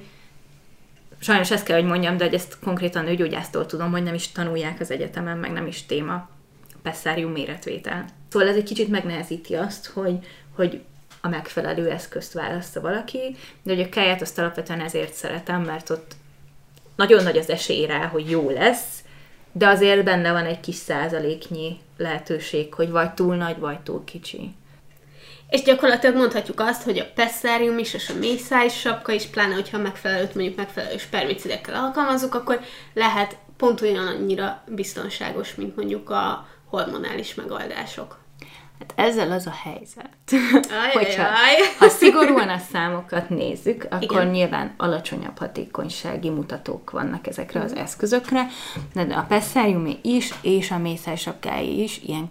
sajnos ezt kell, hogy mondjam, de hogy ezt konkrétan nőgyógyásztól tudom, hogy nem is tanulják az egyetemen, meg nem is téma Pessarium méretvétel. Szóval ez egy kicsit megnehezíti azt, hogy a megfelelő eszközt válassza valaki, de hogy a Kaját azt alapvetően ezért szeretem, mert ott nagyon nagy az esély rá, hogy jó lesz, de azért benne van egy kis százaléknyi lehetőség, hogy vagy túl nagy, vagy túl kicsi. És gyakorlatilag mondhatjuk azt, hogy a Pessarium is, és a mélyszájs sapka is, pláne hogyha mondjuk megfelelő spermicidekkel alkalmazzuk, akkor lehet pont olyannyira biztonságos, mint mondjuk a hormonális megoldások. Hát ezzel az a helyzet, hogyha ha szigorúan a számokat nézzük, akkor igen, nyilván alacsonyabb hatékonysági mutatók vannak ezekre az eszközökre, de a Pessariumé is, és a mélyszájsapkáé is ilyen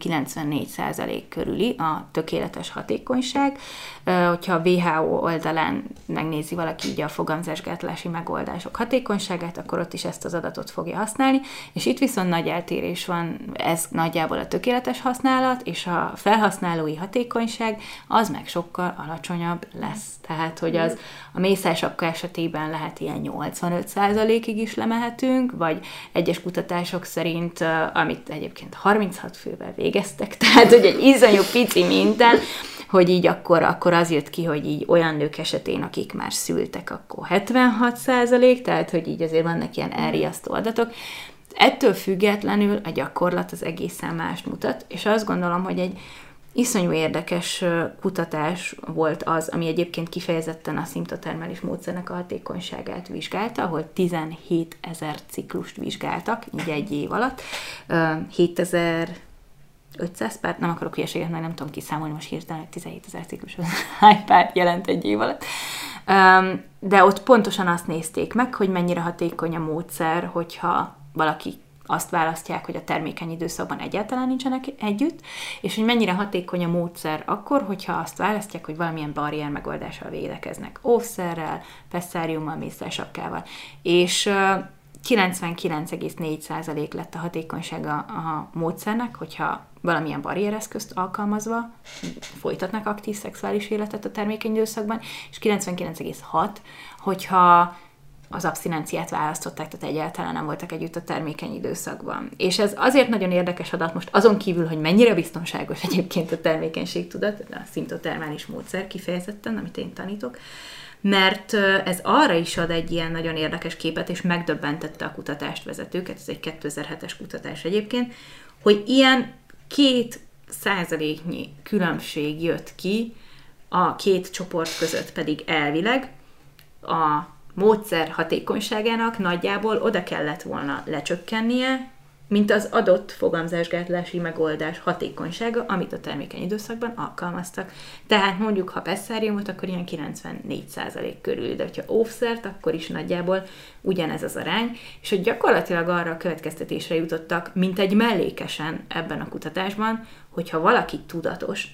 94% körüli a tökéletes hatékonyság. Hogyha a WHO oldalán megnézi valaki így a fogamzásgátlási megoldások hatékonyságát, akkor ott is ezt az adatot fogja használni, és itt viszont nagy eltérés van, ez nagyjából a tökéletes használat, és a felhasználói hatékonyság az meg sokkal alacsonyabb lesz. Tehát, hogy az a mélyszájsapka esetében lehet ilyen 85%-ig is lemehetünk, vagy egyes kutatások szerint, amit egyébként 36 fővel végeztek, tehát, hogy egy iszonyú pici mintán, hogy így akkor az jött ki, hogy így olyan nők esetén, akik már szültek, akkor 76%, tehát, hogy így azért vannak ilyen elriasztó adatok. Ettől függetlenül a gyakorlat az egészen mást mutat, és azt gondolom, hogy egy iszonyú érdekes kutatás volt az, ami egyébként kifejezetten a szimptotermális módszernek a hatékonyságát vizsgálta, ahol 17 000 ciklust vizsgáltak, így egy év alatt. 7500 párt, nem akarok hülyeséget, mert nem tudom kiszámolni most hirtelen, hogy 17 000 ciklus hány párt jelent egy év alatt. De ott pontosan azt nézték meg, hogy mennyire hatékony a módszer, hogyha valaki azt választják, hogy a termékeny időszakban egyáltalán nincsenek együtt, és hogy mennyire hatékony a módszer akkor, hogyha azt választják, hogy valamilyen barrier megoldással védekeznek. Óvszerrel, fesszáriummal, mészársakkával. És 99,4% lett a hatékonysága a módszernek, hogyha valamilyen barriereszközt alkalmazva folytatnak aktív szexuális életet a termékeny időszakban, és 99,6%, hogyha az abszinenciát választották, tehát egyáltalán nem voltak együtt a termékeny időszakban. És ez azért nagyon érdekes adat most, azon kívül, hogy mennyire biztonságos egyébként a termékenységtudat, a szimptotermális módszer kifejezetten, amit én tanítok, mert ez arra is ad egy ilyen nagyon érdekes képet, és megdöbbentette a kutatást vezetőket, ez egy 2007-es kutatás egyébként, hogy ilyen 2%-nyi különbség jött ki a két csoport között, pedig elvileg a módszer hatékonyságának nagyjából oda kellett volna lecsökkennie, mint az adott fogamzásgátlási megoldás hatékonysága, amit a termékeny időszakban alkalmaztak. Tehát mondjuk, ha pesszáriumot, akkor ilyen 94% körül, de hogyha óvszert, akkor is nagyjából ugyanez az arány, és hogy gyakorlatilag arra a következtetésre jutottak, mint egy mellékesen ebben a kutatásban, hogyha valaki tudatos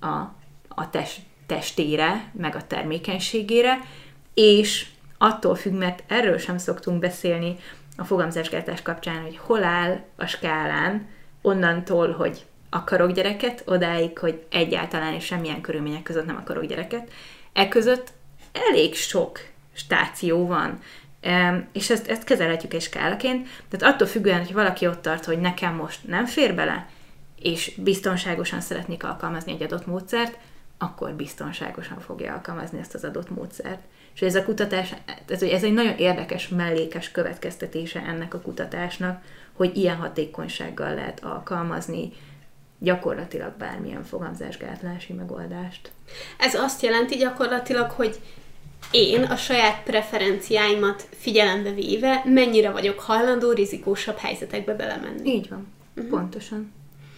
a testére, meg a termékenységére, és attól függ, mert erről sem szoktunk beszélni a fogamzásgátlás kapcsán, hogy hol áll a skálán, onnantól, hogy akarok gyereket, odáig, hogy egyáltalán és semmilyen körülmények között nem akarok gyereket. Között elég sok stáció van, és ezt kezelhetjük egy skálaként, tehát attól függően, hogy valaki ott tart, hogy nekem most nem fér bele, és biztonságosan szeretnék alkalmazni egy adott módszert, akkor biztonságosan fogja alkalmazni ezt az adott módszert. És ez a kutatás, ez egy nagyon érdekes, mellékes következtetése ennek a kutatásnak, hogy ilyen hatékonysággal lehet alkalmazni gyakorlatilag bármilyen fogamzásgátlási megoldást. Ez azt jelenti gyakorlatilag, hogy én a saját preferenciáimat figyelembe véve mennyire vagyok hajlandó rizikósabb helyzetekbe belemenni. Így van, pontosan.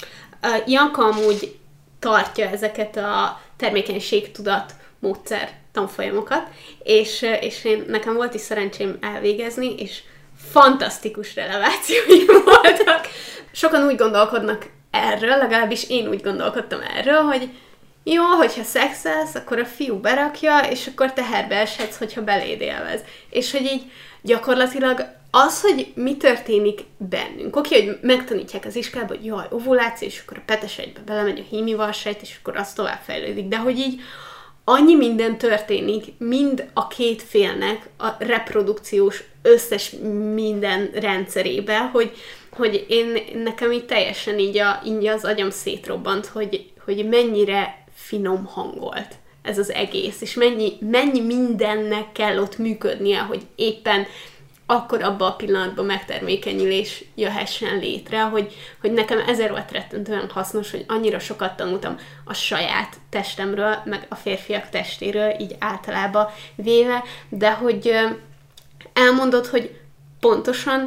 Janka amúgy tartja ezeket a termékenységtudat módszer tanfolyamokat, és nekem volt is szerencsém elvégezni, és fantasztikus relevációi voltak. Sokan úgy gondolkodnak erről, legalábbis én úgy gondolkodtam erről, hogy jó, hogyha szexelsz, akkor a fiú berakja, és akkor teherbe eshetsz, hogyha beléd élvez. És hogy így gyakorlatilag az, hogy mi történik bennünk. Oké, hogy megtanítják az iskolában, hogy jaj, ovuláció, és akkor a petesejtbe belemegy a hímivalsejt, és akkor az tovább fejlődik. De hogy így annyi minden történik, mind a két félnek a reprodukciós összes minden rendszerébe, hogy nekem így teljesen így az agyam szétrobbant, hogy mennyire finom hangolt ez az egész, és mennyi mindennek kell ott működnie, hogy éppen akkor abban a pillanatban megtermékenyülés jöhessen létre, hogy nekem ezért volt rettentően hasznos, hogy annyira sokat tanultam a saját testemről, meg a férfiak testéről, így általában véve, de hogy elmondod, hogy pontosan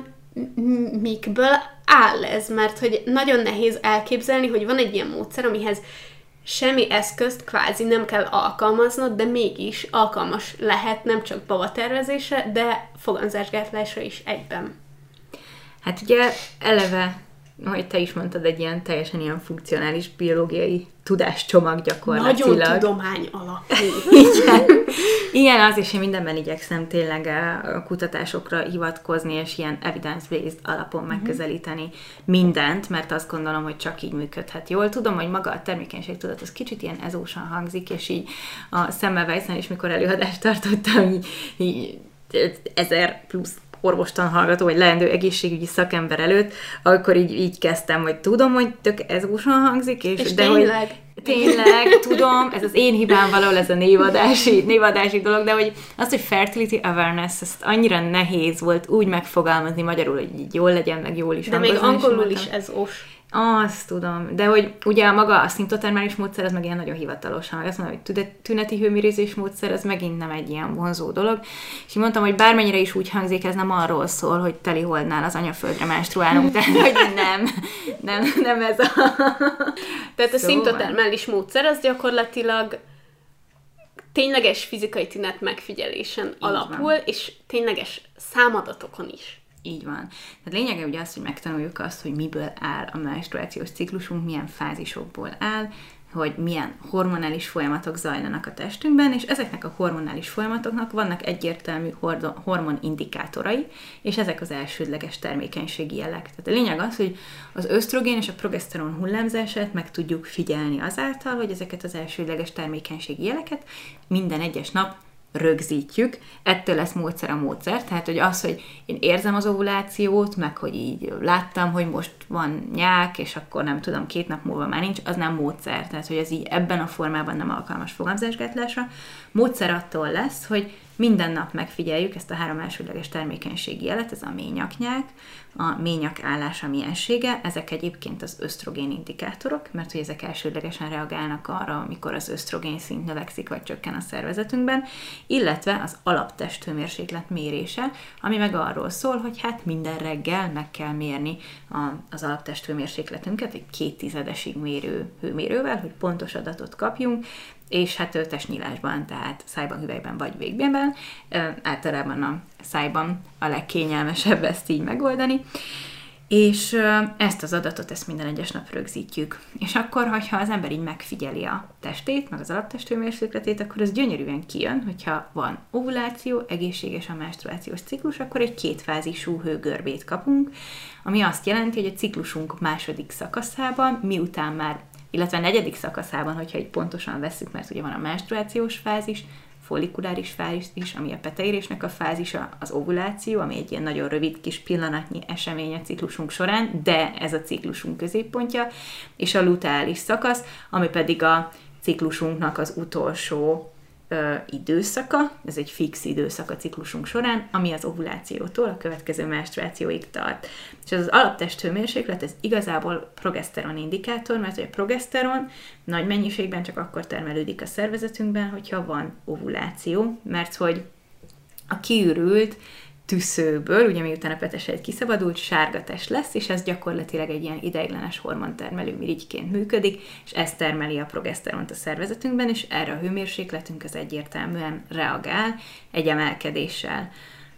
mikből áll ez, mert hogy nagyon nehéz elképzelni, hogy van egy ilyen módszer, amihez semmi eszközt kvázi nem kell alkalmaznod, de mégis alkalmas lehet nem csak babatervezésre, de fogamzásgátlásra is egyben. Hát ugye eleve, ahogy te is mondtad, egy ilyen teljesen ilyen funkcionális biológiai tudáscsomag gyakorlatilag. Nagyon tudomány alapú. Igen, az is én mindenben igyekszem tényleg a kutatásokra hivatkozni, és ilyen evidence-based alapon megközelíteni mindent, mert azt gondolom, hogy csak így működhet jól. Tudom, hogy maga a termékenységtudat az kicsit ilyen ezósan hangzik, és így a Semmelweisen is, mikor előadást tartottam, így 1000 plusz orvostan hallgató, vagy leendő egészségügyi szakember előtt, akkor így kezdtem, hogy tudom, hogy tök ezósan hangzik, és de tényleg? Tényleg, tudom, ez az én hibám valahol, ez a névadási dolog, de hogy azt, hogy fertility awareness, ezt annyira nehéz volt úgy megfogalmazni magyarul, hogy így jól legyen, meg jól is hangozni. De még angolul is ezós. Azt tudom, de hogy ugye maga a szimptotermális módszer, az meg ilyen nagyon hivatalos, ha meg azt mondom, hogy tüneti hőmérőzés módszer, az megint nem egy ilyen vonzó dolog. És így mondtam, hogy bármennyire is úgy hangzik, ez nem arról szól, hogy teliholdnál az anyaföldre menstruálunk, tehát hogy nem ez a... Tehát a szimptotermális módszer az gyakorlatilag tényleges fizikai tünet megfigyelésen alapul, és tényleges számadatokon is. Így van. Tehát lényege ugye az, hogy megtanuljuk azt, hogy miből áll a menstruációs ciklusunk, milyen fázisokból áll, hogy milyen hormonális folyamatok zajlanak a testünkben, és ezeknek a hormonális folyamatoknak vannak egyértelmű hormonindikátorai, és ezek az elsődleges termékenységi jelek. Tehát a lényeg az, hogy az ösztrogén és a progeszteron hullámzását meg tudjuk figyelni azáltal, hogy ezeket az elsődleges termékenységi jeleket minden egyes nap rögzítjük, ettől lesz módszer a módszer, tehát hogy az, hogy én érzem az ovulációt, meg hogy így láttam, hogy most van nyák, és akkor nem tudom, 2 nap múlva már nincs, az nem módszer, tehát hogy ez így ebben a formában nem alkalmas fogamzásgátlásra. Módszer attól lesz, hogy minden nap megfigyeljük ezt a 3 elsődleges termékenységi jelet, ez a ményaknyák, a ményak állása, miensége, ezek egyébként az ösztrogén indikátorok, mert hogy ezek elsődlegesen reagálnak arra, amikor az ösztrogén szint növekszik vagy csökken a szervezetünkben, illetve az alaptesthőmérséklet mérése, ami meg arról szól, hogy hát minden reggel meg kell mérni az alaptesthőmérsékletünket egy 0,2 mérő hőmérővel, hogy pontos adatot kapjunk, és hát testnyílásban, tehát szájban, hüvelyben vagy végbélben, általában a szájban a legkényelmesebb ezt így megoldani, és ezt az adatot, ezt minden egyes nap rögzítjük. És akkor, hogyha az ember így megfigyeli a testét, meg az alaptesthőmérsékletét, akkor az gyönyörűen kijön, hogyha van ovuláció, egészséges a menstruációs ciklus, akkor egy 2 fázisú hőgörbét kapunk, ami azt jelenti, hogy a ciklusunk második szakaszában, miután már, illetve a 4. szakaszában, hogyha így pontosan vesszük, mert ugye van a menstruációs fázis, follikuláris fázis is, ami a peteérésnek a fázisa, az ovuláció, ami egy ilyen nagyon rövid kis pillanatnyi esemény a ciklusunk során, de ez a ciklusunk középpontja, és a luteális szakasz, ami pedig a ciklusunknak az utolsó időszaka, ez egy fix időszak a ciklusunk során, ami az ovulációtól a következő menstruációig tart. És ez az alaptesthőmérséklet, ez igazából progeszteron indikátor, mert a progeszteron nagy mennyiségben csak akkor termelődik a szervezetünkben, hogyha van ovuláció, mert hogy a kiürült tüszőből, ugye miután a petesejt kiszabadult, sárga test lesz, és ez gyakorlatilag egy ilyen ideiglenes hormontermelő mirigyként működik, és ez termeli a progeszteront a szervezetünkben, és erre a hőmérsékletünk az egyértelműen reagál egy emelkedéssel.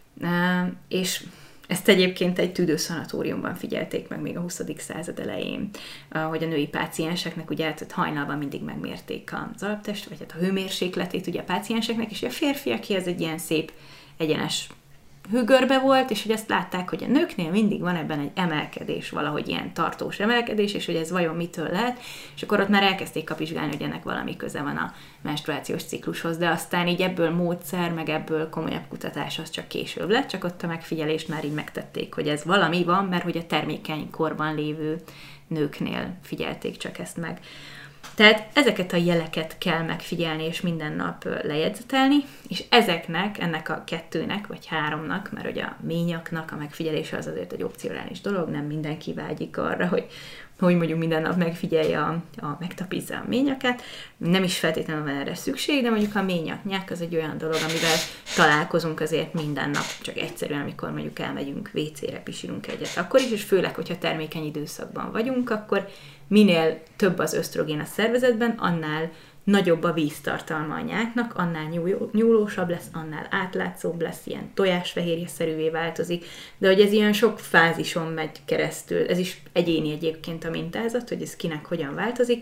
És ezt egyébként egy tüdőszanatóriumban figyelték meg még a 20. század elején, hogy a női pácienseknek ugye hajnalban mindig megmérték az alaptest, vagy hát a hőmérsékletét ugye a pácienseknek, és a férfiaké ez egy ilyen szép, egyenes hőgörbe volt, és hogy ezt látták, hogy a nőknél mindig van ebben egy emelkedés, valahogy ilyen tartós emelkedés, és hogy ez vajon mitől lehet, és akkor ott már elkezdték kapizsgálni, hogy ennek valami köze van a menstruációs ciklushoz, de aztán így ebből módszer, meg ebből komolyabb kutatás az csak később lett, csak ott a megfigyelést már így megtették, hogy ez valami van, mert hogy a termékeny korban lévő nőknél figyelték csak ezt meg. Tehát ezeket a jeleket kell megfigyelni, és minden nap lejegyzetelni, és ennek a 2-nek, vagy 3-nak, mert ugye a ményaknak a megfigyelése az azért egy opcionális dolog, nem mindenki vágyik arra, hogy mondjuk minden nap megfigyelje, megtapizza a ményakat, nem is feltétlenül van erre szükség, de mondjuk a ményaknyák az egy olyan dolog, amivel találkozunk azért minden nap, csak egyszerűen, amikor mondjuk elmegyünk WC-re, pisírunk egyet. Akkor is, és főleg, hogyha termékeny időszakban vagyunk, akkor minél több az ösztrogén a szervezetben, annál nagyobb a víztartalma a nyáknak, annál nyúlósabb lesz, annál átlátszóbb lesz, ilyen tojásfehérjeszerűvé változik, de hogy ez ilyen sok fázison megy keresztül, ez is egyéni egyébként a mintázat, hogy ez kinek hogyan változik,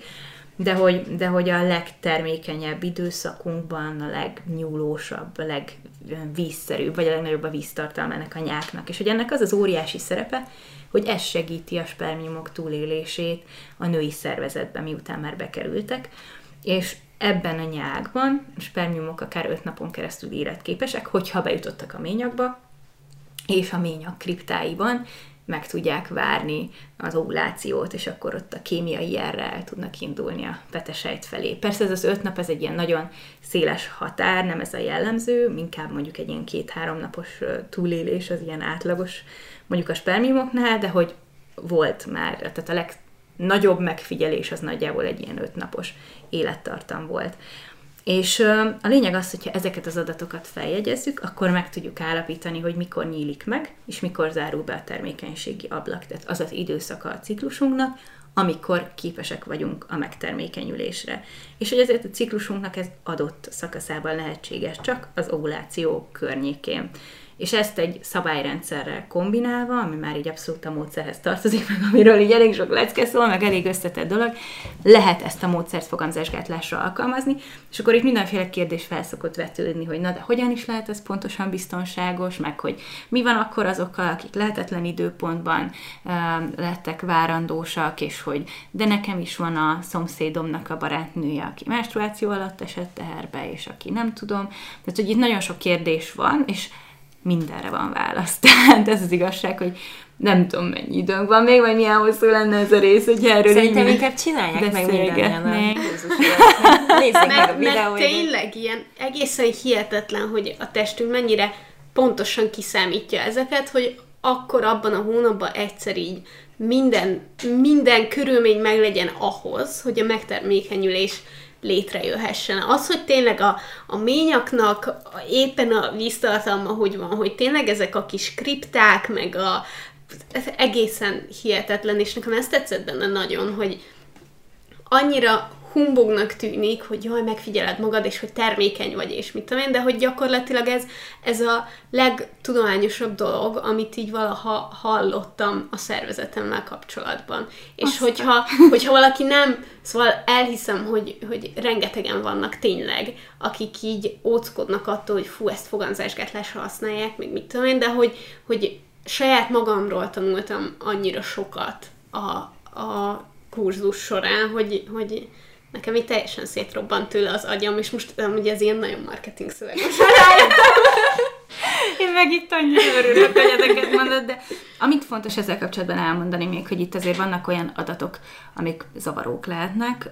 de hogy a legtermékenyebb időszakunkban a legnyúlósabb, a legvízszerűbb, vagy a legnagyobb a víztartalma ennek a nyáknak, és hogy ennek az az óriási szerepe, hogy ez segíti a spermiumok túlélését a női szervezetben, miután már bekerültek, és ebben a nyákban a spermiumok akár 5 napon keresztül életképesek, hogyha bejutottak a ményakba, és a ményak kriptáiban meg tudják várni az ovulációt, és akkor ott a kémiai jelre el tudnak indulni a petesejt felé. Persze ez az 5 nap, ez egy ilyen nagyon széles határ, nem ez a jellemző, inkább mondjuk egy ilyen 2-3 napos túlélés az ilyen átlagos, mondjuk a spermiumoknál, de hogy volt már, tehát a legnagyobb megfigyelés az nagyjából egy ilyen 5 napos élettartam volt. És a lényeg az, hogyha ezeket az adatokat feljegyezzük, akkor meg tudjuk állapítani, hogy mikor nyílik meg, és mikor zárul be a termékenységi ablak. Tehát az az időszaka a ciklusunknak, amikor képesek vagyunk a megtermékenyülésre. És hogy ezért a ciklusunknak ez adott szakaszában lehetséges, csak az ovuláció környékén. És ezt egy szabályrendszerrel kombinálva, ami már így abszolút a módszerhez tartozik, meg amiről így elég sok lecke szól, meg elég összetett dolog, lehet ezt a módszert fogamzásgátlásra alkalmazni, és akkor itt mindenféle kérdés fel szokott vetődni, hogy na de hogyan is lehet ez pontosan biztonságos, meg hogy mi van akkor azokkal, akik lehetetlen időpontban lettek várandósak, és hogy de nekem is van a szomszédomnak a barátnője, aki menstruáció alatt esett teherbe, és aki nem tudom. Tehát, hogy itt nagyon sok kérdés van, és mindenre van válasz. Tehát ez az igazság, hogy nem tudom, mennyi időnk van még, vagy milyen hosszú lenne ez a rész, hogy erről szerintem inkább csinálják meg mindannyian a nézzék meg a videóidat. Mert tényleg ilyen egészen hihetetlen, hogy a testünk mennyire pontosan kiszámítja ezeket, hogy akkor abban a hónapban egyszer így minden körülmény meglegyen ahhoz, hogy a megtermékenyülés létrejöhessen. Az, hogy tényleg a ményaknak éppen a víztartalma hogy van, hogy tényleg ezek a kis kripták, meg ez egészen hihetetlen, és nekem ezt tetszett benne nagyon, hogy annyira humbugnak tűnik, hogy jaj, megfigyeled magad, és hogy termékeny vagy, és mit tudom én, de hogy gyakorlatilag ez a legtudományosabb dolog, amit így valaha hallottam a szervezetemmel kapcsolatban. És hogyha valaki nem, szóval elhiszem, hogy rengetegen vannak tényleg, akik így óckodnak attól, hogy fú, ezt fogamzásgátlásra használják, még mit tudom én, de hogy saját magamról tanultam annyira sokat a kurzus során, hogy nekem így teljesen szétrobbant tőle az agyam, és most ugye ez ilyen nagyon marketing szöveg. Én meg itt annyira örülök, hogy ezeket mondod, de amit fontos ezzel kapcsolatban elmondani még, hogy itt azért vannak olyan adatok, amik zavarók lehetnek,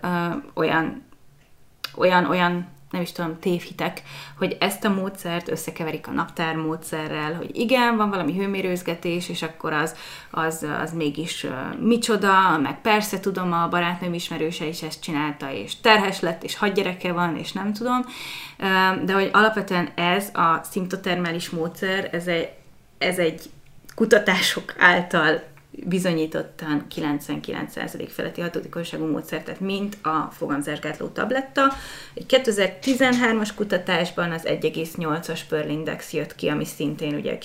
olyan nem is tudom, tévhitek, hogy ezt a módszert összekeverik a naptár módszerrel, hogy igen, van valami hőmérőzgetés, és akkor az mégis micsoda, meg persze tudom, a barátnőm ismerőse is ezt csinálta, és terhes lett, és 6 gyereke van, és nem tudom, de hogy alapvetően ez a szimptotermális módszer, ez egy kutatások által bizonyítottan 99% feletti hatékonyságú módszer, tehát mint a fogamzásgátló tabletta. Egy 2013-as kutatásban az 1,8-as Pearl Index jött ki, ami szintén ugye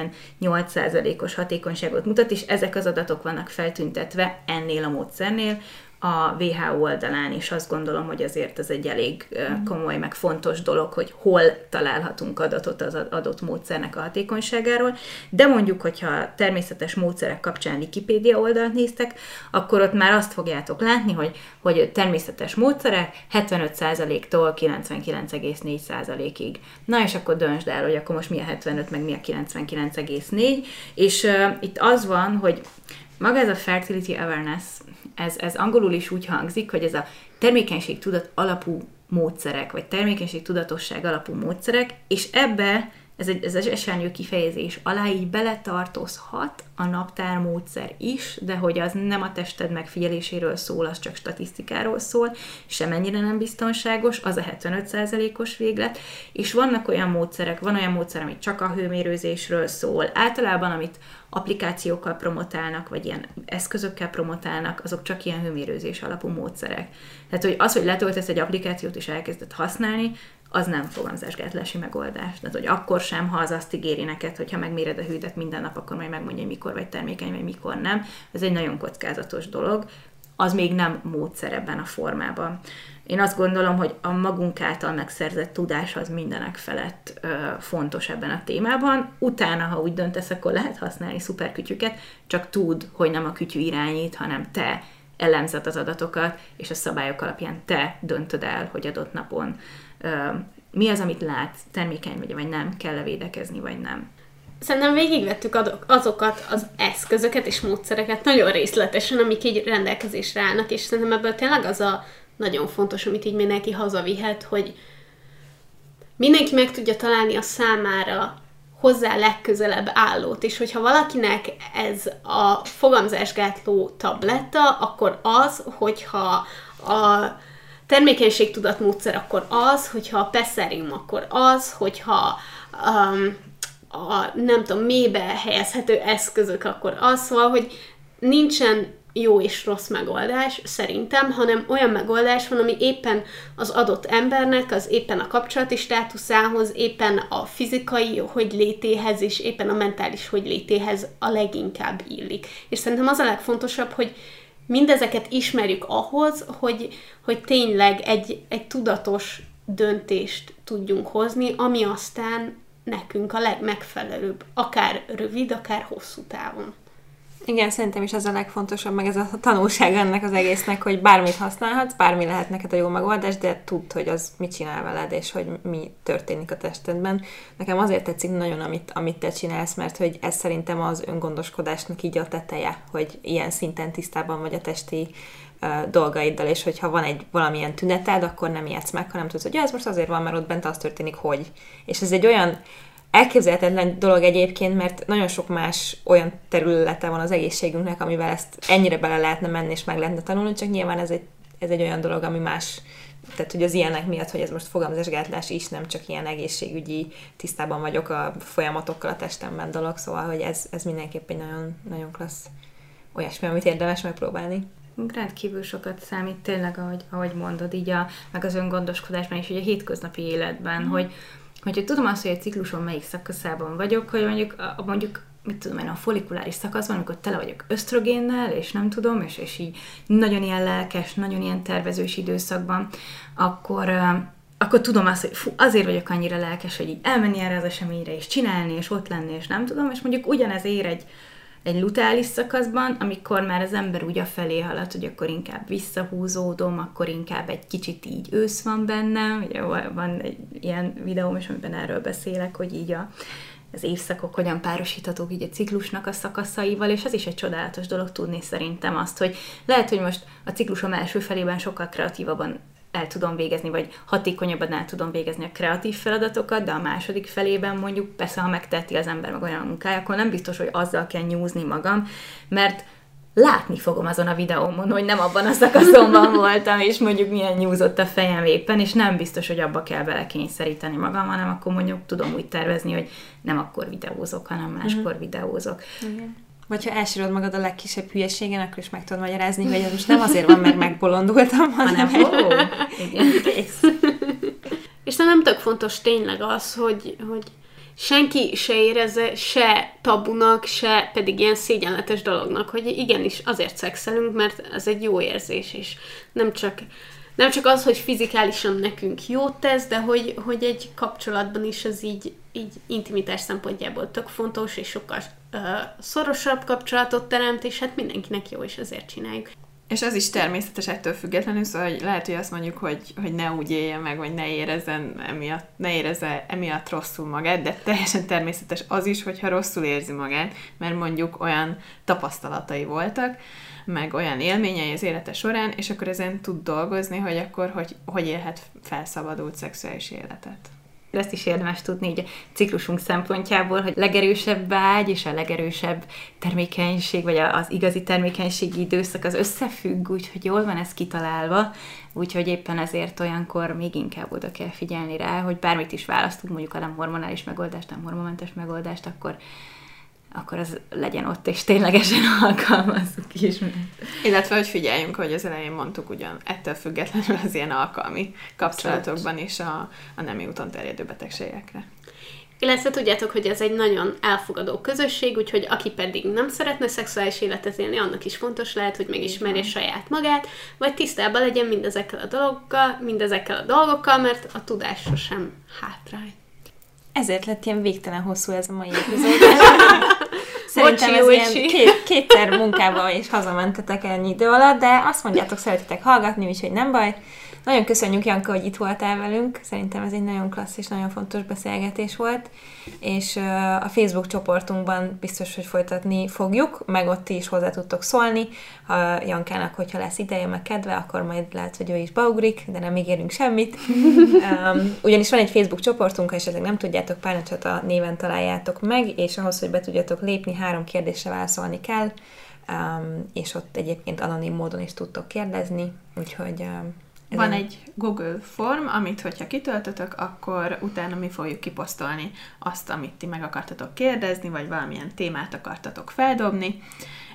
98%-os hatékonyságot mutat, és ezek az adatok vannak feltüntetve ennél a módszernél a WHO oldalán, és azt gondolom, hogy azért ez egy elég komoly, meg fontos dolog, hogy hol találhatunk adatot az adott módszernek a hatékonyságáról, de mondjuk, hogyha természetes módszerek kapcsán Wikipédia oldalt néztek, akkor ott már azt fogjátok látni, hogy természetes módszerek 75%-tól 99,4%-ig. Na és akkor döntsd el, hogy akkor most mi a 75, meg mi a 99,4, és itt az van, hogy maga ez a fertility awareness, ez angolul is úgy hangzik, hogy ez a termékenységtudat alapú módszerek, vagy termékenységtudatosság alapú módszerek, és ebbe ez az esernyő kifejezés alá így beletartozhat a naptármódszer is, de hogy az nem a tested megfigyeléséről szól, az csak statisztikáról szól, semennyire nem biztonságos, az a 75%-os véglet, és vannak olyan módszerek, van olyan módszer, ami csak a hőmérőzésről szól, általában amit applikációkkal promotálnak, vagy ilyen eszközökkel promotálnak, azok csak ilyen hőmérőzés alapú módszerek. Tehát, hogy az, hogy letöltesz egy applikációt és elkezded használni, az nem fogamzásgátlási megoldás. Tehát, hogy akkor sem, ha az azt ígéri neked, hogyha megméred a hődet minden nap, akkor majd megmondja, hogy mikor vagy termékeny, vagy mikor nem. Ez egy nagyon kockázatos dolog. Az még nem módszer ebben a formában. Én azt gondolom, hogy a magunk által megszerzett tudás az mindenek felett fontos ebben a témában. Utána, ha úgy döntesz, akkor lehet használni szuperkütyüket, csak tudd, hogy nem a kütyű irányít, hanem te elemzed az adatokat, és a szabályok alapján te döntöd el, hogy adott napon mi az, amit látsz, termékeny vagy nem, kell-e védekezni, vagy nem. Szerintem végigvettük azokat az eszközöket és módszereket nagyon részletesen, amik így rendelkezésre állnak, és szerintem ebből tényleg az a nagyon fontos, amit így mindenki hazavihet, hogy mindenki meg tudja találni a számára hozzá legközelebb állót, és hogyha valakinek ez a fogamzásgátló tabletta, akkor az, hogyha a termékenységtudatmódszer, akkor az, hogyha a Pessarium, akkor az, hogyha a nem tudom, mélybe helyezhető eszközök, akkor az, szóval, hogy nincsen jó és rossz megoldás, szerintem, hanem olyan megoldás van, ami éppen az adott embernek, az éppen a kapcsolati státuszához, éppen a fizikai hogylétéhez, és éppen a mentális hogylétéhez a leginkább illik. És szerintem az a legfontosabb, hogy mindezeket ismerjük ahhoz, hogy tényleg egy tudatos döntést tudjunk hozni, ami aztán nekünk a legmegfelelőbb, akár rövid, akár hosszú távon. Igen, szerintem is ez a legfontosabb, meg ez a tanulság ennek az egésznek, hogy bármit használhatsz, bármi lehet neked a jó megoldás, de tudd, hogy az mit csinál veled, és hogy mi történik a testedben. Nekem azért tetszik nagyon, amit te csinálsz, mert hogy ez szerintem az öngondoskodásnak így a teteje, hogy ilyen szinten tisztában vagy a testi dolgaiddal, és hogyha van egy valamilyen tüneted, akkor nem ijedsz meg, hanem tudsz, hogy ez most azért van, mert ott bent az történik, hogy. És ez egy olyan elképzelhetetlen dolog egyébként, mert nagyon sok más olyan területe van az egészségünknek, amivel ezt ennyire bele lehetne menni, és meg lehetne tanulni, csak nyilván ez egy olyan dolog, ami más, tehát hogy az ilyenek miatt, hogy ez most fogamzásgátlás is, nem csak ilyen egészségügyi tisztában vagyok a folyamatokkal a testemben dolog, szóval, hogy ez mindenképp egy nagyon, nagyon klassz olyasmi, amit érdemes megpróbálni. Rendkívül sokat számít tényleg, ahogy mondod, így meg az öngondoskodásban és így a hétköznapi életben, hogy tudom azt, hogy a cikluson melyik szakaszában vagyok, hogy mondjuk mit tudom én, a follikuláris szakaszban, amikor tele vagyok ösztrogénnel, és nem tudom, és így nagyon ilyen lelkes, nagyon ilyen tervezős időszakban, akkor tudom azt, hogy azért vagyok annyira lelkes, hogy így elmenni erre az eseményre, és csinálni, és ott lenni, és nem tudom, és mondjuk ugyanez ér egy luteális szakaszban, amikor már az ember úgy afelé halad, hogy akkor inkább visszahúzódom, akkor inkább egy kicsit így ősz van bennem. Ugye van egy ilyen videóm is, amiben erről beszélek, hogy így az évszakok hogyan párosíthatók így a ciklusnak a szakaszaival, és ez is egy csodálatos dolog tudni szerintem azt, hogy lehet, hogy most a ciklusom első felében sokkal kreatívabban el tudom végezni, vagy hatékonyabban el tudom végezni a kreatív feladatokat, de a második felében mondjuk, persze, ha megteheti az ember meg olyan munkája, akkor nem biztos, hogy azzal kell nyúzni magam, mert látni fogom azon a videómon, hogy nem abban a szakaszomban voltam, és mondjuk milyen nyúzott a fejem éppen, és nem biztos, hogy abba kell belekényszeríteni magam, hanem akkor mondjuk tudom úgy tervezni, hogy nem akkor videózok, hanem máskor videózok. Igen. Vagy ha elsírod magad a legkisebb hülyeségen, akkor is meg tudod magyarázni, hogy ez most nem azért van, mert megbolondultam, hanem igen. És nem tök fontos tényleg az, hogy senki se érezze se tabunak, se pedig ilyen szégyenletes dolognak, hogy igenis azért szexelünk, mert ez egy jó érzés, és nem csak az, hogy fizikálisan nekünk jót tesz, de hogy egy kapcsolatban is az így intimitás szempontjából tök fontos, és sokkal szorosabb kapcsolatot teremt, és hát mindenkinek jó, és ezért csináljuk. És az is természetes ettől függetlenül, szóval hogy lehet, hogy azt mondjuk, hogy ne úgy éljen meg, vagy ne érezze emiatt rosszul magát, de teljesen természetes az is, hogyha rosszul érzi magát, mert mondjuk olyan tapasztalatai voltak, meg olyan élményei az élete során, és akkor ezen tud dolgozni, hogy akkor hogy élhet felszabadult szexuális életet. Ezt is érdemes tudni így a ciklusunk szempontjából, hogy legerősebb vágy és a legerősebb termékenység, vagy az igazi termékenységi időszak az összefügg, úgyhogy jól van ez kitalálva, úgyhogy éppen ezért olyankor még inkább oda kell figyelni rá, hogy bármit is választunk, mondjuk a nem hormonális megoldást, nem hormonmentes megoldást, akkor az legyen ott, és ténylegesen alkalmazzuk is. Illetve, hogy figyeljünk, hogy az elején mondtuk ugyan, ettől függetlenül az ilyen alkalmi kapcsolatokban is a nemi úton terjedő betegségekre. Illetve tudjátok, hogy ez egy nagyon elfogadó közösség, úgyhogy aki pedig nem szeretne szexuális életet élni, annak is fontos lehet, hogy megismerje saját magát, vagy tisztában legyen mindezekkel a dolgokkal, mert a tudás sosem hátrány. Ezért lett ilyen végtelen hosszú ez a mai epizód. Szerintem ez ilyen kétszer munkával és hazamentetek ennyi idő alatt, de azt mondjátok, szeretitek hallgatni, úgyhogy nem baj. Nagyon köszönjük, Janka, hogy itt voltál velünk. Szerintem ez egy nagyon klassz és nagyon fontos beszélgetés volt. És a Facebook csoportunkban biztos, hogy folytatni fogjuk, meg ott is hozzá tudtok szólni. Ha Jankának, hogyha lesz ideje, meg kedve, akkor majd lehet, hogy ő is beugrik, de nem ígérünk semmit. Ugyanis van egy Facebook csoportunk, ha esetleg nem tudjátok, Párnacsata néven találjátok meg, és ahhoz, hogy be tudjatok lépni, 3 kérdésre válaszolni kell, és ott egyébként anonim módon is tudtok kérdezni, úgyhogy... Van egy Google form, amit, hogyha kitöltötök, akkor utána mi fogjuk kiposztolni azt, amit ti meg akartatok kérdezni, vagy valamilyen témát akartatok feldobni.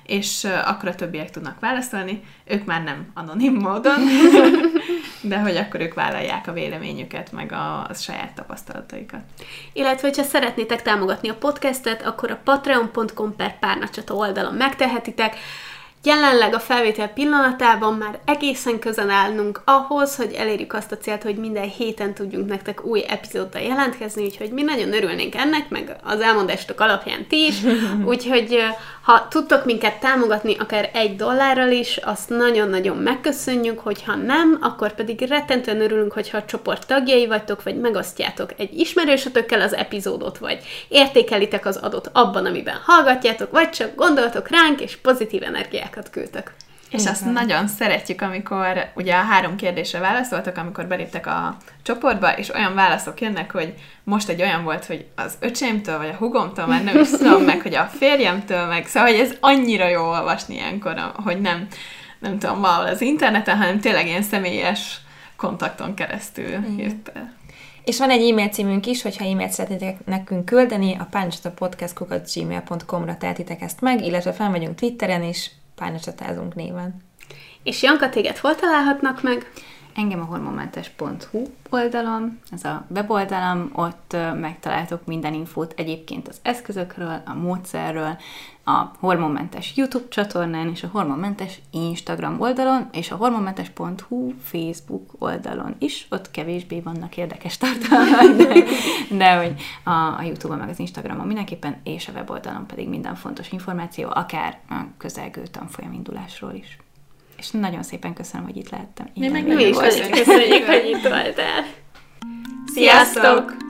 és akkor a többiek tudnak válaszolni. Ők már nem anonim módon, de hogy akkor ők vállalják a véleményüket, meg a saját tapasztalataikat. Illetve, hogyha szeretnétek támogatni a podcastet, akkor a patreon.com/párnacsata oldalon megtehetitek. Jelenleg a felvétel pillanatában már egészen közel állnunk ahhoz, hogy elérjük azt a célt, hogy minden héten tudjunk nektek új epizóddal jelentkezni, úgyhogy mi nagyon örülnénk ennek, meg az elmondástok alapján ti is. Úgyhogy ha tudtok minket támogatni akár $1 is, azt nagyon-nagyon megköszönjük, hogyha nem, akkor pedig rettentően örülünk, hogyha a csoport tagjai vagytok, vagy megosztjátok egy ismerősötökkel az epizódot, vagy értékelitek az adott abban, amiben hallgatjátok, vagy csak gondoltok ránk, és pozitív energiákat küldtök. És azt nagyon szeretjük, amikor ugye a 3 kérdésre válaszoltak, amikor beléptek a csoportba, és olyan válaszok jönnek, hogy most egy olyan volt, hogy az öcsémtől, vagy a hugomtól, már nem is tudom meg, hogy a férjemtől, meg szóval, hogy ez annyira jó olvasni ilyenkor, hogy nem tudom, valahol az interneten, hanem tényleg ilyen személyes kontakton keresztül jött el. És van egy e-mail címünk is, hogyha e-mailt szeretnétek nekünk küldeni, a párnacsatapodcast@gmail.com-ra tehetitek ezt meg, illetve fenn vagyunk Twitteren is, Párnacsatázunk néven. És Janka, téged hol találhatnak meg? Engem a hormonmentes.hu oldalon, ez a weboldalam, ott megtaláltok minden infót egyébként az eszközökről, a módszerről, a Hormonmentes YouTube csatornán, és a Hormonmentes Instagram oldalon, és a hormonmentes.hu Facebook oldalon is, ott kevésbé vannak érdekes tartalmak, de hogy a YouTube-on meg az Instagramon mindenképpen, és a weboldalon pedig minden fontos információ, akár a közelgő tanfolyamindulásról is. És nagyon szépen köszönöm, hogy itt lehettem. Mi is köszönjük, hogy itt voltál. Sziasztok!